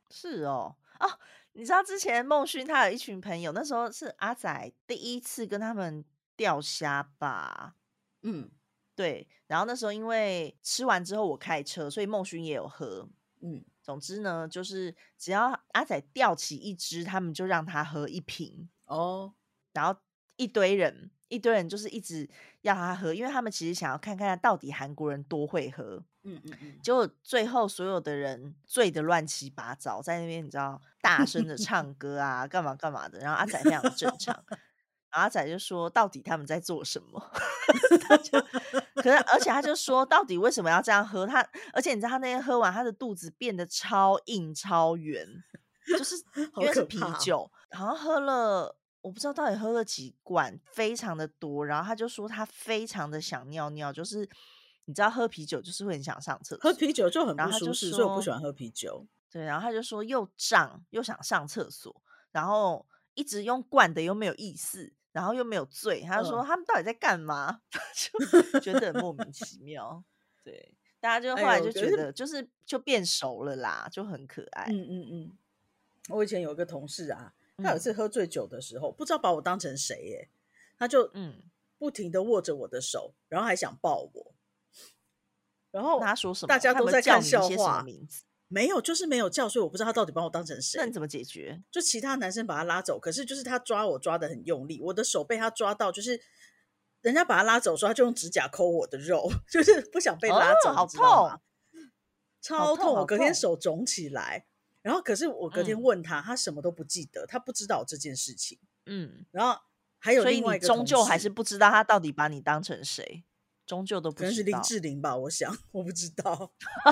是哦，哦，你知道之前孟勋他有一群朋友，那时候是阿仔第一次跟他们钓虾吧， 嗯对，然后那时候因为吃完之后我开车，所以孟勋也有喝。 嗯， 总之呢，就是只要阿仔钓起一只，他们就让他喝一瓶， 哦， 然后一堆人就是一直要他喝，因为他们其实想要看看到底韩国人多会喝。 嗯嗯嗯， 结果最后所有的人醉得乱七八糟，在那边你知道大声的唱歌啊，干嘛干嘛的，然后阿仔非常的正常，然后阿仔就说到底他们在做什么？他就可是而且他就说到底为什么要这样喝？而且你知道他那天喝完，他的肚子变得超硬超圆，就是好因为是可怕哦。 啤酒，好像喝了。我不知道到底喝了几罐，非常的多。然后他就说他非常的想尿尿，就是你知道喝啤酒就是会很想上厕喝所。 啤酒就很然后他就不舒适，所以我不喜说， 欢喝啤酒。 对，然后他就说又胀又想上厕所，然后一直用灌的又没有意思，然后又没有醉。他就说嗯， 他们到底在干嘛？就觉得很莫名其妙。对，大家就后来哎呦，可是， 就觉得就变熟了啦，就很可爱。 嗯嗯嗯，我以前有一个同事啊，他有一次嗯喝醉酒的时候，不知道把我当成谁耶，他就嗯， 不停的握着我的手，然后还想抱我，然那后他说什么？ 大家他有没有叫都在看你一些什么笑话， 名字？ 没有，就是没有叫，所以我不知道他到底把我当成谁。 那你怎么解决？ 就其他男生把他拉走，可是就是他抓我抓的很用力，我的手被他抓到，就是人家把他拉走说他就用指甲抠我的肉，就是不想被哦， 拉走，你好知道吗？ 痛，好痛， 超痛，我隔天好痛。 手肿起来。然后可是我隔天嗯问他，他什么都不记得，他不知道这件事情。 嗯， 然后还有所以另外一个你终同事， 究还是不知道他到底把你当成谁，终究都不可能是林知道。 志玲吧，我想我不知道。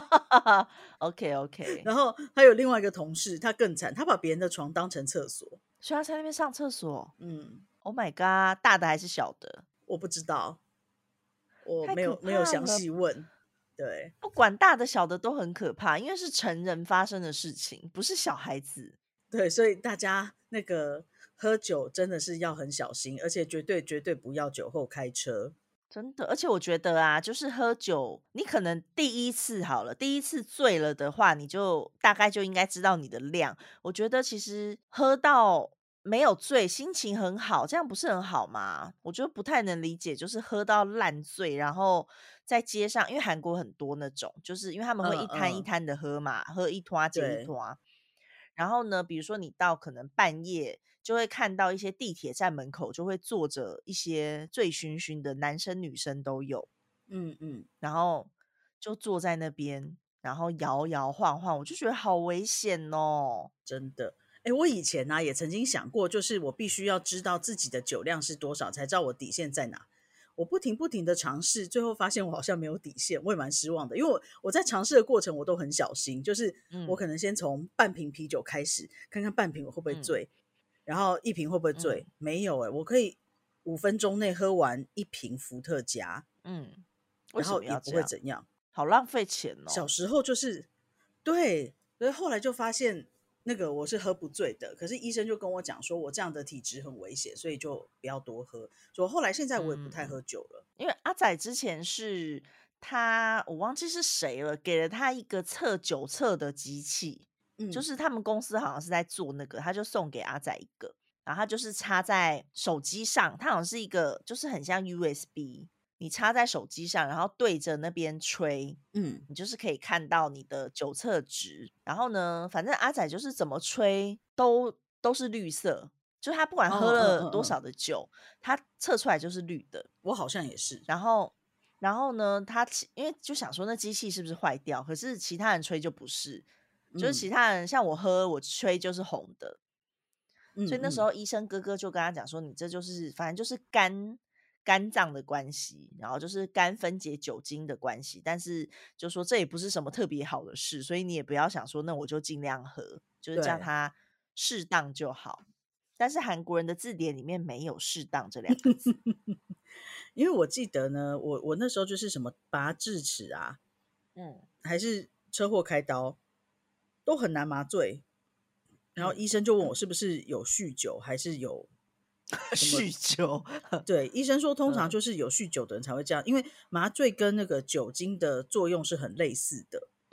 OK OK， 然后还有另外一个同事，他更惨，他把别人的床当成厕所。 所以他在那边上厕所。 嗯， Oh my god，大的还是小的？ 我不知道，我太可没有详怕了， 细问。对不管大的小的都很可怕，因为是成人发生的事情，不是小孩子。 对，所以大家那个喝酒真的是要很小心，而且绝对不要酒后开车。 真的，而且我觉得啊，就是喝酒，你可能第一次好了，第一次醉了的话，你就大概就应该知道你的量。我觉得其实喝到没有醉，心情很好，这样不是很好吗？我就不太能理解，就是喝到烂醉，然后在街上，因为韩国很多那种，就是因为他们会一摊一嗯嗯， 摊的喝嘛，喝一拖接一对， 拖。然后呢，比如说你到可能半夜，就会看到一些地铁站门口就会坐着一些醉醺醺的男生女生都有， 嗯嗯， 然后就坐在那边，然后摇摇晃晃，我就觉得好危险哦。 真的。哎，我以前呢、也曾经想过，就是我必须要知道自己的酒量是多少，才知道我底线在哪。我不停的尝试，最后发现我好像没有底线，我也蛮失望的。因为我在尝试的过程我都很小心，就是我嗯可能先从半瓶啤酒开始，看看半瓶我会不会嗯醉，然后一瓶会不会嗯醉？没有我可以5分钟内喝完一瓶伏特加， 嗯，为什然后也不么要这样？ 会怎样。 好浪费钱哦。 小时候就是对，所以后来就发现那个我是喝不醉的，可是医生就跟我讲说我这样的体质很危险，所以就不要多喝。所以后来现在我也不太嗯， 喝酒了。 因为阿仔之前是他，我忘记是谁了，给了他一个测酒测的机器，就嗯， 是他们公司好像是在做那个，他就送给阿仔一个，然后他就是插在手机上，它好像是一个就是很像 USB，你插在手机上，然后对着那边吹， 嗯， 你就是可以看到你的酒测值。然后呢，反正阿仔就是怎么吹都是绿色，就是他不管哦， 喝了多嗯， 少的酒，他测出来就是绿的。 我好像也是。 然后，呢，因为就想说那机器是不是坏掉，可是其他人吹就不是，就是其嗯他人像我喝我吹就是红的，所以那时嗯嗯， 候医生哥哥就跟他讲说，你这就是反正就是肝脏的关系，然后就是肝分解酒精的关系，但是就说这也不是什么特别好的事，所以你也不要想说那我就尽量喝，就是叫对， 它适当就好。但是韩国人的字典里面没有适当这两个字。 因为我记得呢，我那时候就是什么拔智齿啊， 嗯还是车祸开刀，都很难麻醉。然后嗯， 医生就问我是不是有酗酒，还是有什么？ 酗酒， 对，医生说通常嗯就是有酗酒的人才会这样，因为麻醉跟那个酒精的作用是很类似的。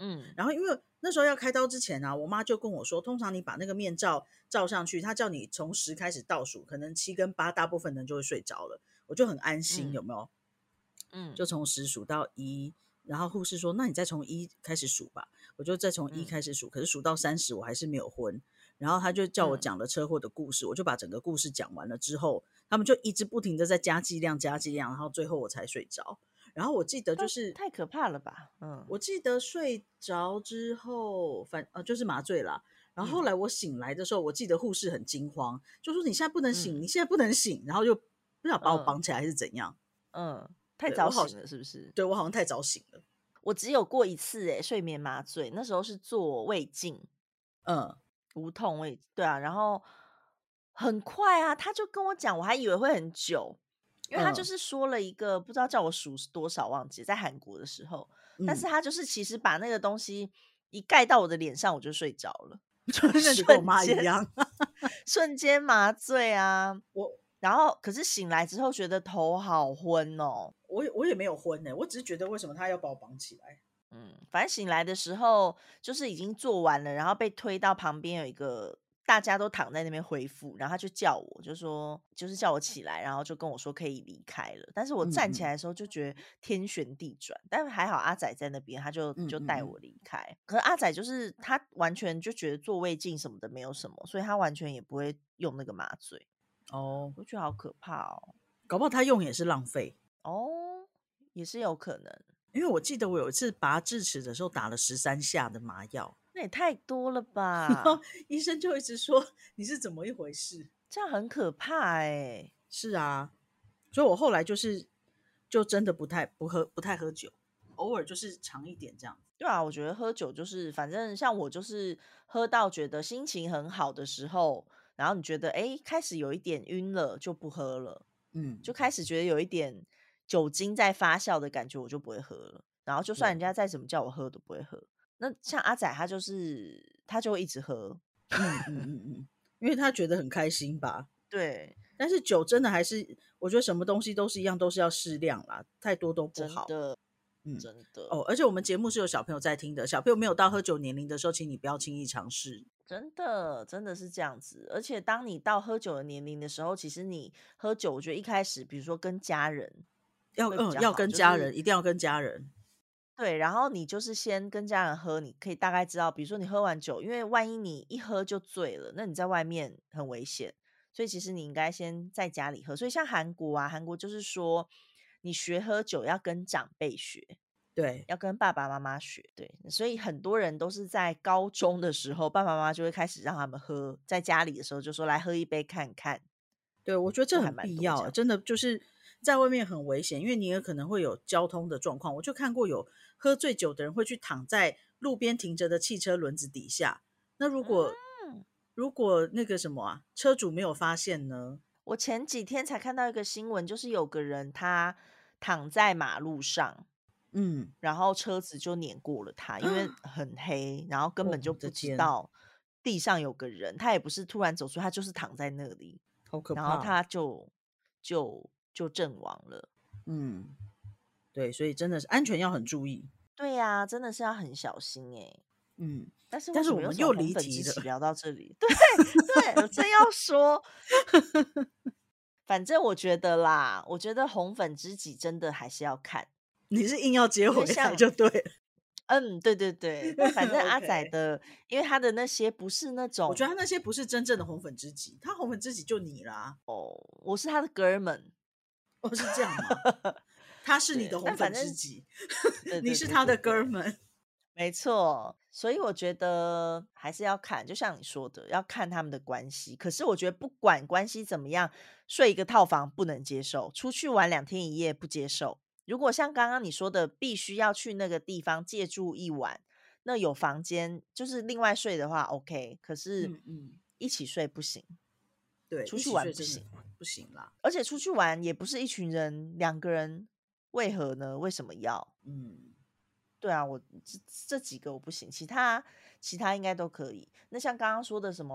然后因为那时候要开刀之前啊，我妈就跟我说，通常你把那个面罩罩上去，她叫你从10开始倒数，可能7跟8大部分人就会睡着了，我就很安心，有没有？就从10数到1，然后护士说，那你再从1开始数吧，我就再从1开始数，可是数到30我还是没有昏，然后他就叫我讲了车祸的故事，我就把整个故事讲完了之后，他们就一直不停的在加剂量，然后最后我才睡着。然后我记得就是太可怕了吧， 我记得睡着之后就是麻醉啦，然后后来我醒来的时候，我记得护士很惊慌，就说你现在不能醒，你现在不能醒，然后就不知道把我绑起来还是怎样。 太早醒了是不是？ 对，我好像太早醒了。 我只有过一次睡眠麻醉，那时候是做胃镜，无痛胃，对啊，然后很快啊，他就跟我讲，我还以为会很久，因为他就是说了一个不知道叫我数多少忘记，在韩国的时候，但是他就是其实把那个东西一盖到我的脸上，我就睡着了，就跟我妈一样， 瞬间麻醉啊，然后可是醒来之后觉得头好昏哦， 我也没有昏我只是觉得为什么他要把我绑起来。 反正醒来的时候就是已经做完了，然后被推到旁边有一个大家都躺在那边恢复，然后他就叫我，就说就是叫我起来，然后就跟我说可以离开了。但是我站起来的时候就觉得天旋地转，但是还好阿仔在那边，他就带我离开。可是阿仔就是他完全就觉得做胃镜什么的没有什么，所以他完全也不会用那个麻醉。我觉得好可怕哦， 搞不好他用也是浪费哦，也是有可能。 因为我记得我有一次拔智齿的时候打了13下的麻药， 那也太多了吧？ 然后医生就一直说你是怎么一回事， 这样很可怕是啊，所以我后来就真的不太喝酒，偶尔就是长一点这样。 对啊，我觉得喝酒就是反正像我就是喝到觉得心情很好的时候，然后你觉得开始有一点晕了就不喝了，就开始觉得有一点酒精在发酵的感觉，我就不会喝了。然后就算人家再怎么叫我喝，都不会喝。那像阿仔他就会一直喝， 因为他觉得很开心吧。 对， 但是酒真的还是，我觉得什么东西都是一样，都是要适量啦，太多都不好。 真的而且我们节目是有小朋友在听的，小朋友没有到喝酒年龄的时候，请你不要轻易尝试。 真的是这样子。而且当你到喝酒的年龄的时候，其实你喝酒，我觉得一开始比如说跟家人要跟家人，一定要跟家人。 对，然后你就是先跟家人喝，你可以大概知道，比如说你喝完酒，因为万一你一喝就醉了，那你在外面很危险，所以其实你应该先在家里喝。所以像韩国啊，韩国就是说你学喝酒要跟长辈学， 对， 要跟爸爸妈妈学，对，所以很多人都是在高中的时候，爸爸妈妈就会开始让他们喝，在家里的时候就说来喝一杯看看。 对，我觉得这很必要，真的就是在外面很危险，因为你也可能会有交通的状况。我就看过有喝醉酒的人会去躺在路边停着的汽车轮子底下，那如果那个什么啊，车主没有发现呢？ 我前几天才看到一个新闻，就是有个人他躺在马路上，然后车子就碾过了他，因为很黑，然后根本就不知道地上有个人，他也不是突然走出，他就是躺在那里， 好可怕， 然后他就阵亡了。 对，所以真的是安全要很注意。 对呀，真的是要很小心但是我们又离题了， 聊到这里，对，我正要说，反正我觉得啦，我觉得红粉知己真的还是要看。 你是硬要接回来就对了。 对，但反正阿仔的，因为他的那些不是那种， 我觉得他那些不是真正的红粉知己，他红粉知己就你啦。 我是他的哥们。 是这样吗？他是你的红粉知己，你是他的哥们。 没错，所以我觉得还是要看，就像你说的，要看他们的关系。可是我觉得不管关系怎么样，睡一个套房不能接受，出去玩2天1夜不接受。如果像刚刚你说的，必须要去那个地方借住1晚，那有房间就是另外睡的话 OK， 可是一起睡不行。 对， 出去玩不行啦。 而且出去玩也不是一群人，2个人，为何呢？为什么要？对啊，我这几个我不行，其他应该都可以。那像刚刚说的什么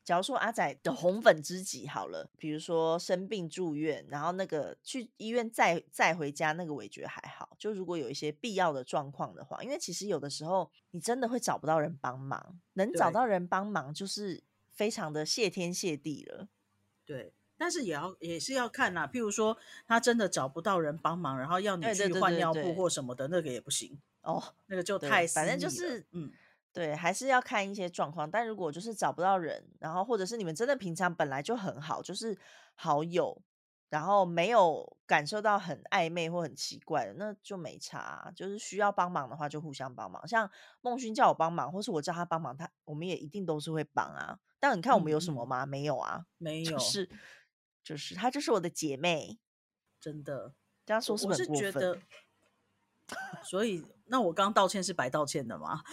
假如说阿仔的红粉知己好了，比如说生病住院，然后那个去医院再回家，那个我也觉得还好。就如果有一些必要的状况的话，因为其实有的时候你真的会找不到人帮忙，能找对到人帮忙就是非常的谢天谢地了。 对，但是也是要看啦，譬如说他真的找不到人帮忙，然后要你去对对对换尿布对对， 或什么的，那个也不行， 哦， 那个就太对，反私密了。 正就是嗯， 对，还是要看一些状况。但如果就是找不到人，然后或者是你们真的平常本来就很好，就是好友，然后没有感受到很暧昧或很奇怪的，那就没差啊。就是需要帮忙的话，就互相帮忙。像孟勋叫我帮忙，或是我叫他帮忙，我们也一定都是会帮啊。但你看我们有什么吗？没有啊， 没有， 就是她就是我的姐妹， 真的， 这样说是不我是是很过分？ 觉得，所以那我刚道歉是白道歉的吗？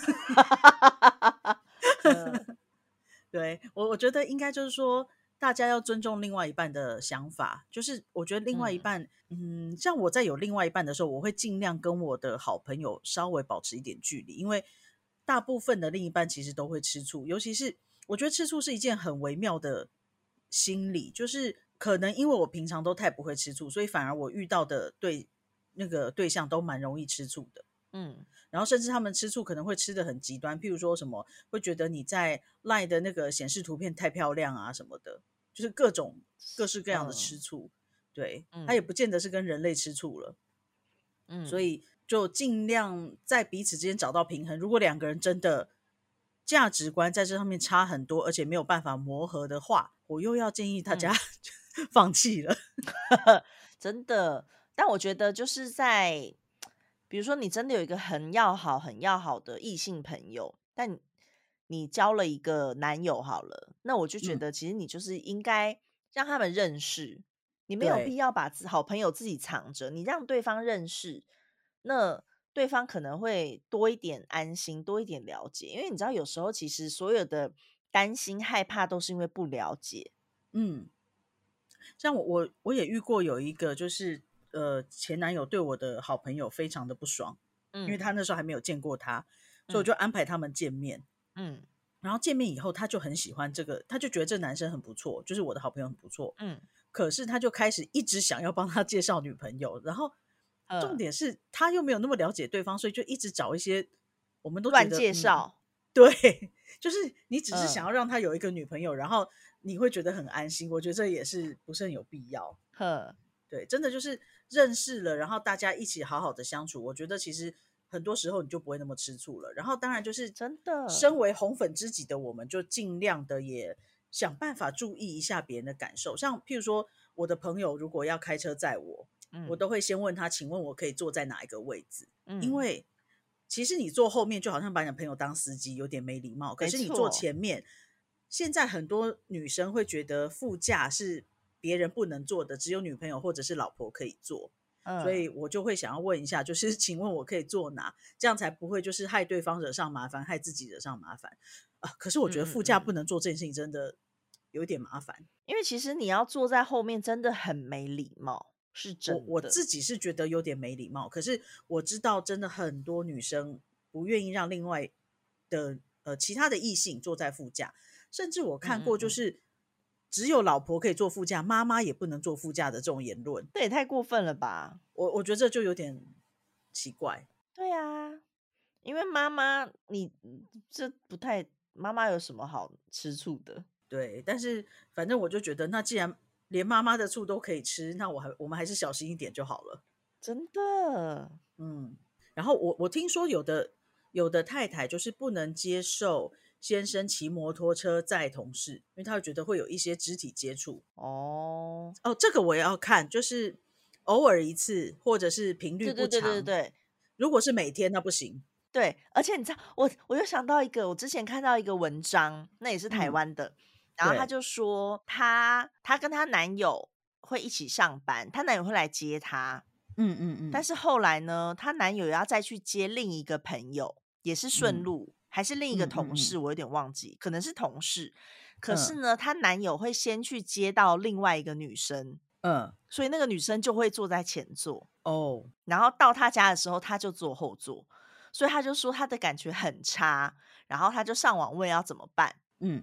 嗯对，我觉得应该就是说，大家要尊重另外一半的想法。就是我觉得另外一嗯半，像我在有另外一半的时候，我会尽量跟我的好朋友稍微保持一点距离，因为大部分的另一半其实都会吃醋，尤其是我觉得吃醋是一件很微妙的心理，就是可能因为我平常都太不会吃醋，所以反而我遇到的那个对象都蛮容易吃醋的。 嗯然后甚至他们吃醋可能会吃的很极端，譬如说什么会觉得你在 LINE 的那个显示图片太漂亮啊什么的，就是各式各样的吃嗯醋。对，他也嗯不见得是跟人类吃醋了，所嗯以就尽量在彼此之间找到平衡。如果两个人真的价值观在这上面差很多，而且没有办法磨合的话，我又要建议大家嗯。 放弃了。 真的，但我觉得就是在，比如说你真的有一个很要好、很要好的异性朋友，但你交了一个男友好了，那我就觉嗯， 得其实你就是应该让他们认识，你没有必对， 要把好朋友自己藏着，你让对方认识，那对方可能会多一点安心，多一点了解，因为你知道有时候其实所有的担心、害怕都是因为不了解。 嗯。像我也遇过有一个，就是前男友对我的好朋友非常的不爽，因为嗯他那时候还没有见过他，所以我嗯就安排他们见面。 嗯然后见面以后，他就很喜欢这个，他就觉得这男生很不错，就是我的好朋友很不错。 嗯可是他就开始一直想要帮他介绍女朋友，然后重嗯。 点是他又没有那么了解对方，所以就一直找一些我们都觉乱得介绍， 对，就是你只是想嗯， 要让他有一个女朋友，然后你会觉得很安心，我觉得这也是不是很有必要。 呵， 对，真的就是认识了，然后大家一起好好的相处，我觉得其实很多时候你就不会那么吃醋了。然后当然就是真的， 身为红粉知己的我们，就尽量的也想办法注意一下别人的感受。像譬如说，我的朋友如果要开车载我，我嗯都会先问他，请问我可以坐在哪一个位置？因嗯， 为其实你坐后面就好像把你的朋友当司机，有点没礼貌。可没是你坐错， 前面，现在很多女生会觉得副驾是别人不能坐的，只有女朋友或者是老婆可以坐。所嗯以我就会想要问一下，就是请问我可以坐哪？这样才不会就是害对方惹上麻烦，害自己惹上麻烦啊。可是我嗯觉得副驾不嗯嗯， 能做这件事情真的有点麻烦。 因为其实你要坐在后面真的很没礼貌，是真的， 我自己是觉得有点没礼貌，可是我知道真的很多女生不愿意让另外的其他的异性坐在副驾，甚至我看嗯嗯嗯， 过就是只有老婆可以坐副驾，妈妈也不能坐副驾的这种言论， 这也太过分了吧？ 我觉得这就有点奇怪。 对啊，因为妈妈你这不太，妈妈有什么好吃醋的？ 对，但是反正我就觉得，那既然连妈妈的醋都可以吃，那我们还是小心一点就好了。 真的， 嗯，然后我听说有的太太就是不能接受先生骑摩托车载同事，因为他会觉得会有一些肢体接触。 哦， 哦，这个我也要看，就是偶尔一次或者是频率对对对对不长。 对， 如果是每天那不行。 对，而且你知道，我又想到一个，我之前看到一个文章，那也是台嗯， 湾的，然后他对， 就说她跟她男友会一起上班，她男友会来接她，但嗯是后来呢，她男友要再去接另一个朋友，也是顺嗯路，还是另一个同事， 嗯嗯嗯我有点忘记，可能是同事。可是嗯呢，她男友会先去接到另外一个女生， 嗯， 所以那个女生就会坐在前座。 哦， 然后到他家的时候，他就坐后座，所以他就说他的感觉很差，然后他就上网问要怎么办。 嗯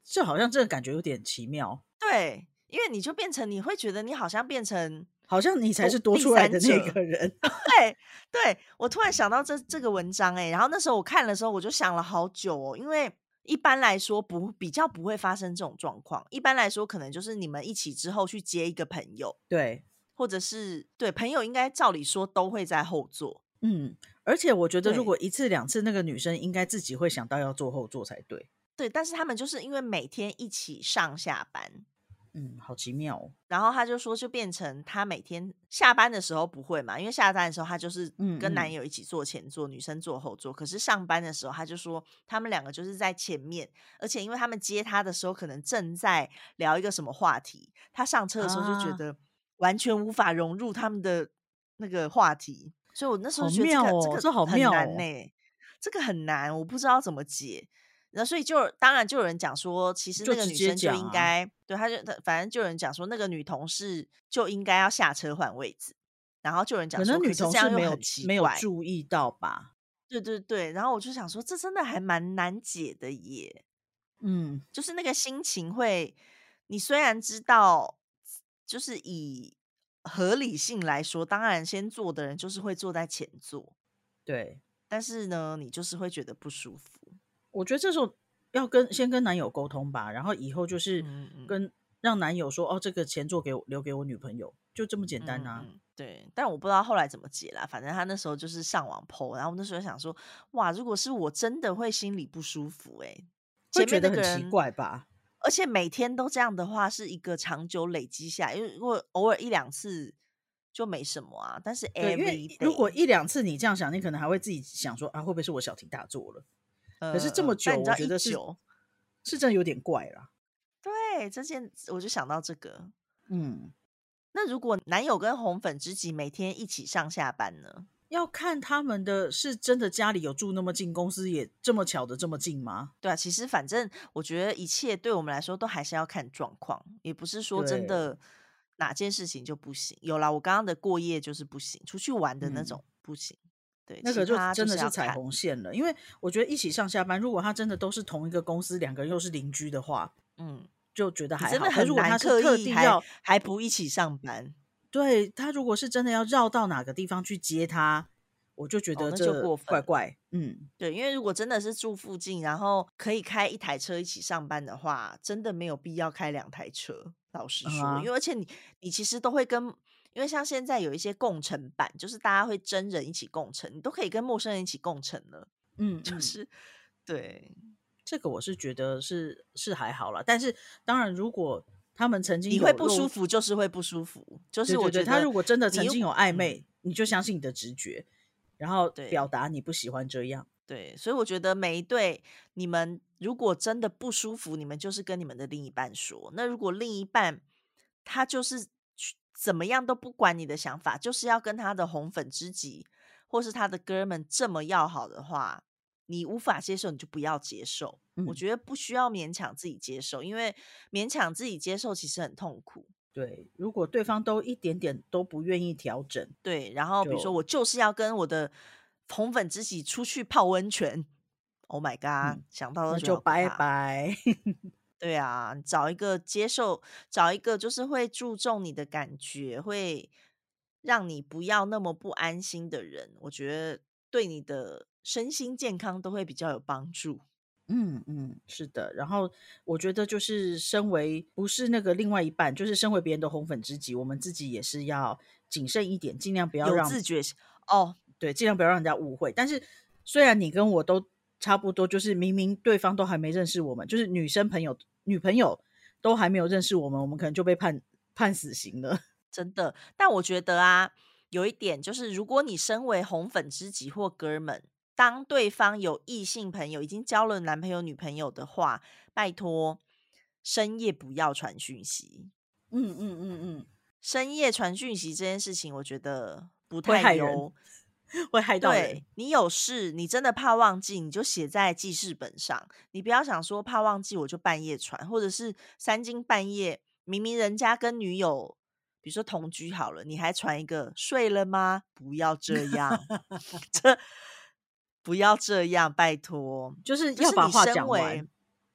这好像这个感觉有点奇妙。 对，因为你就变成你会觉得你好像变成好像你才是多出来的那个人。 对对，我突然想到这个文章然后那时候我看的时候我就想了好久哦，因为一般来说比较不会发生这种状况，一般来说可能就是你们一起之后去接一个朋友， 对， 或者是对朋友应该照理说都会在后座。 而且我觉得如对果1次2次，那个女生应该自己会想到要坐后座才对。 对，但是他们就是因为每天一起上下班， 好奇妙哦。 然后他就说就变成他每天下班的时候不会嘛，因为下班的时候他就是跟男友一起坐前座，女生坐后座，可是上班的时候他就说他们两个就是在前面，而且因为他们接他的时候可能正在聊一个什么话题，他上车的时候就觉啊， 得完全无法融入他们的那个话题，所以我那时候好觉得妙哦， 这个这好很妙哦。 难呢，这个很难，我不知道怎么解。然后所以当然就有人讲说，其实那个就直接女生就讲啊。 应该，对，反正就有人讲说，那个女同事就应该要下车换位置。然后就有人讲说， 可能女可是同事没有这样又很奇没有怪。 注意到吧。 对对对，然后我就想说，这真的还蛮难解的耶。 嗯， 就是那个心情会，你虽然知道，就是以合理性来说，当然先坐的人就是会坐在前座， 对， 但是呢，你就是会觉得不舒服。 我觉得这时候要先跟男友沟通吧，然后以后就是让男友说，哦，这个前座留给我女朋友，就这么简单啊。 对，但我不知道后来怎么解啦。反正他那时候就是上网 po，然后我那时候想说，哇，如果是我真的会心里不舒服前面那会觉得很奇个人， 怪吧。 而且每天都这样的话，是一个长久累积下来，因为如果偶尔1、2次就没什么啊，但是对，因 every 为如果 day， 1、2次你这样想，你可能还会自己想说啊，会不会是我小题大做了？可是这么久， 但你知道我觉得是久， 是真的有点怪啦。 对我就想到这个。 嗯， 那如果男友跟红粉知己每天一起上下班呢？ 要看他们的是真的家里有住那么近，公司也这么巧的这么近吗？ 对啊，其实反正我觉得一切对我们来说都还是要看状况，也不是说真对， 的哪件事情就不行。有啦，我刚刚的过夜就是不行，出去玩的那嗯， 种不行。对， 那个就其他就真的是彩是要看。 虹线了。因为我觉得一起上下班，如果他真的都是同一个公司，2个人又是邻居的话， 嗯， 就觉得你真的还好。可是如果他是很难刻意还特地要， 还不一起上班对，他如果是真的要绕到哪个地方去接他，我就觉哦， 得那就这过分了。 怪怪。 对，因为如果真的是住附近，然后可以开一台车一起上班的话，真的没有必要开2台车。老实说，因啊， 为而且你其实都会跟，因为像现在有一些共乘版，就是大家会真人一起共乘，你都可以跟陌生人一起共乘了。 嗯嗯， 就是对， 这个我是觉得是还好啦。但是当然，如果他们曾经你会不舒有服就是会不舒服，就是对对对， 我觉得他如果真的你又曾经有暧昧，你就相信你的直觉，然后表对达你不喜欢这样。 对，所以我觉得每一对你们如果真的不舒服，你们就是跟你们的另一半说。那如果另一半他就是怎么样都不管你的想法，就是要跟他的红粉知己或是他的哥们这么要好的话，你无法接受，你就不要接受。我嗯， 觉得不需要勉强自己接受，因为勉强自己接受其实很痛苦。 对，如果对方都一点点都不愿意调整， 对，然后比如说就我就是要跟我的红粉知己出去泡温泉，Oh my god，想到都觉得那就拜好可怕。 拜。 对啊，找一个接受，找一个就是会注重你的感觉，会让你不要那么不安心的人，我觉得对你的身心健康都会比较有帮助。 是的。然后我觉得就是身为不是那个另外一半，就是身为别人的红粉知己，我们自己也是要谨慎一点，尽量不要有让自觉性哦， 对，尽量不要让人家误会。但是虽然你跟我都差不多，就是明明对方都还没认识我们，就是女朋友都还没有认识我们，我们可能就被判死刑了。 真的。但我觉得啊，有一点就是，如果你身为红粉知己或哥们，当对方有异性朋友已经交了男朋友、女朋友的话，拜托深夜不要传讯息。 嗯嗯嗯嗯， 深夜传讯息这件事情，我觉得不会太害人， 优。 会害到人。 对，你有事，你真的怕忘记，你就写在记事本上。你不要想说怕忘记我就半夜传，或者是3更半夜，明明人家跟女友，比如说同居好了，你还传一个睡了吗？不要这样，这不要这样，拜托。 就是就是你要把话身为讲完。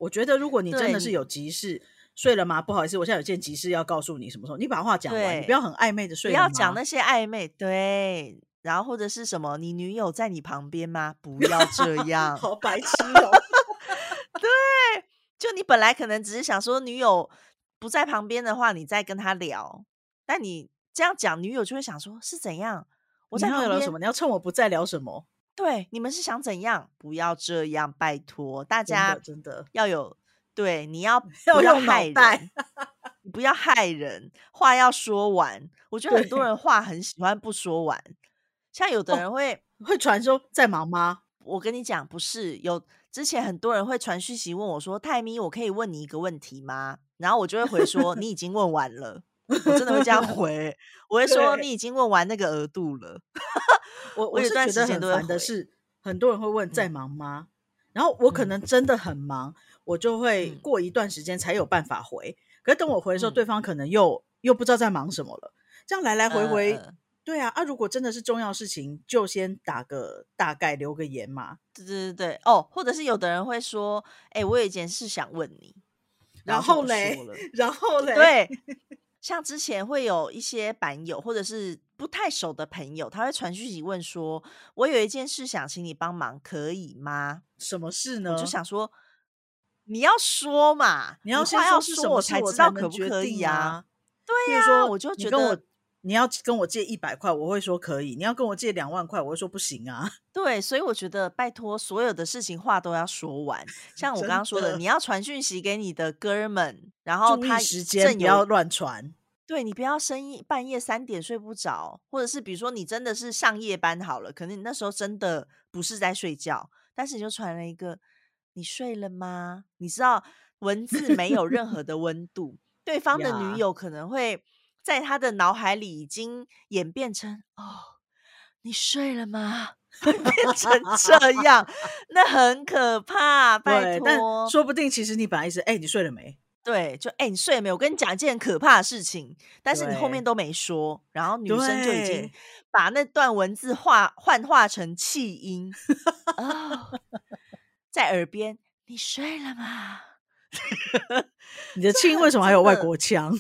我觉得如果你真对的是有急事，睡了吗？不好意思，我现在有件急事要告诉你，什么时候？你把话讲完，你不对， 要很暧昧的不睡了吗？ 要讲那些暧昧，对，然后或者是什么，你女友在你旁边吗？不要这样。 好白痴哦。 对，就你本来可能只是想说女友不在旁边的话，你再跟她聊，但你这样讲，女友就会想说是怎样？我你在旁边， 要聊什么？你要趁我不在聊什么？ 对，你们是想怎样？不要这样，拜托大真的家真的要有，对，你要不要要用脑害袋。 人？你不要害人，话要说完。我觉得很多对人话很喜欢不说完，像有的哦， 人会， 会传说在忙吗？ 我跟你讲，不是有之前很多人会传讯息问我说：“泰咪，我可以问你一个问题吗？”然后我就会回说：“你已经问完了。”我真的会这样回，我会说：“你对， 已经问完那个额度了。” 我我有一是觉得段时间都会很烦的回， 是，很多人会问在嗯忙吗？然后我可嗯能真的很忙，我就会嗯过一段时间才有办法回。可是等我回的时候， 嗯对方可能又不知道在忙什么了，这样来来回回， 嗯， 对啊，如果真的是重要事情，就先打个大概，留个言嘛。 对对对对，哦，或者是有的人会说：“哎、我有一件事想问你。”然然后就不后嘞， 说了。 然后嘞， 对，像之前会有一些版友或者是不太熟的朋友，他会传讯息问说：“我有一件事想请你帮忙，可以吗？” 什么事我就呢？ 想说，你要说嘛， 你要先你话要说是什么说，我事，我才才知道可不能决可以啊。 定啊。 对呀、 譬如说， 我就你跟我， 觉得你要跟我借100块，我会说可以；你要跟我借2万块，我会说不行啊。 对，所以我觉得拜托，所有的事情话都要说完。像我刚刚说的， 真的， 你要传讯息给你的哥们，然后注意他时间， 正有不要乱传。 对，你不要半夜3点睡不着，或者是比如说你真的是上夜班好了，可能你那时候真的不是在睡觉，但是你就传了一个“你睡了吗？”你知道文字没有任何的温度，对方的女呀， 友可能会在他的脑海里已经演变成“哦，你睡了吗？”会变成这样，那很可怕，拜对，但托。 说不定其实你本来是，你睡了没？ 对，就你睡了没有？我跟你讲一件很可怕的事情，但是你后面对都没说，然后女生就已经对， 把那段文字幻化成气音哦，在耳边，你睡了吗？ 你的亲为这很什么还有外真的， 国腔？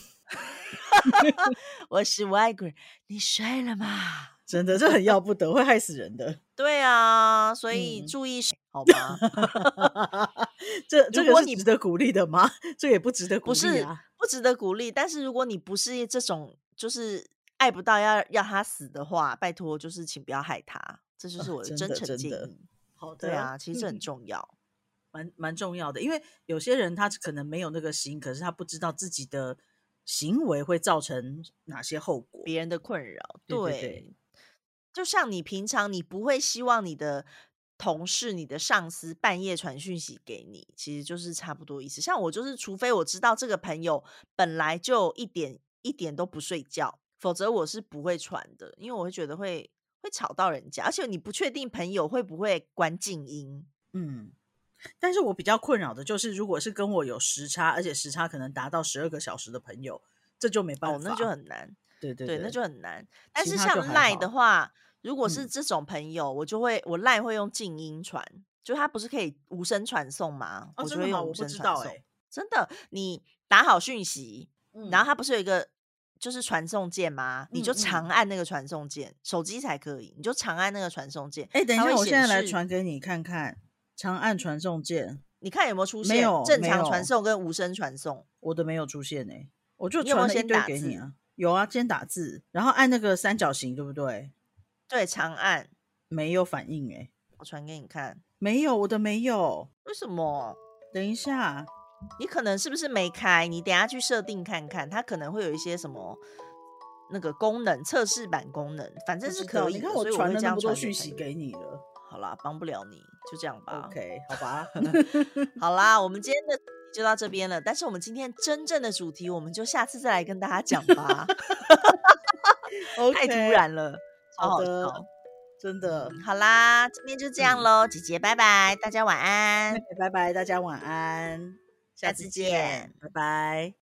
我是外国人，你睡了吗？ 真的，这很要不得，会害死人的。 对啊，所以嗯， 注意好吗？ 这个如果你是值得鼓励的吗？这也不值得不是鼓励啊。 不值得鼓励，但是如果你不是这种就是爱不到要他死的话，拜托就是请不要害他，这就是我的真的真诚真的， 建议。 好的， 对啊，其实这很重要， 蛮重要的，因为有些人他可能没有那个心，可是他不知道自己的行为会造成哪些后果。 别人的困扰， 对对对， 对，就像你平常你不会希望你的同事、你的上司半夜传讯息给你，其实就是差不多意思。像我就是，除非我知道这个朋友本来就一点都不睡觉，否则我是不会传的，因为我会觉得会吵到人家，而且你不确定朋友会不会关静音。 嗯。但是我比较困扰的就是，如果是跟我有时差，而且时差可能达到12个小时的朋友，这就没办哦，那就法。 很难，对，那对对对， 就很难。但是像其他就还 Line 的好。 话，如果是嗯， 这种朋友，我 Line 会用静音传，就它不是可以无声传送吗？ 哦，真的吗？ 我就会用无我不声传送。 知道哎、 真的，你打好讯息，然后嗯它不是有一个就是传送键吗？你就长嗯嗯， 按那个传送键，手机才可以，你就长按那个传送键， 等一下， 它会我现在来显示。 传给你看看，长按传送键。 你看有没有出没现正有没有， 常传送跟无声传送？ 我的没有出现哎、我就你有没有先传了一堆打字？ 给你啊。有啊，先打字，然后按那个三角形，对不对？ 对，长按， 没有反应哎、 我传给你看。 没有，我的没有。 为什么？ 等一下， 你可能是不是没开？你等一下去设定看看，它可能会有一些什么那个功能，测试版功能，反正是不知道。 可以的， 你看我所以我会这样传了那么多传给朋友。 讯息给你了。 好啦，帮不了你，就这样吧。 OK，好吧。 好啦，我们今天的主题就到这边了，但是我们今天真正的主题，我们就下次再来跟大家讲吧。太突 OK， 然了，超好好的， 笑。 真的。 好啦，今天就这样喽，姐姐拜拜，大家晚安， 拜拜，大家晚安， 下次见。 拜拜。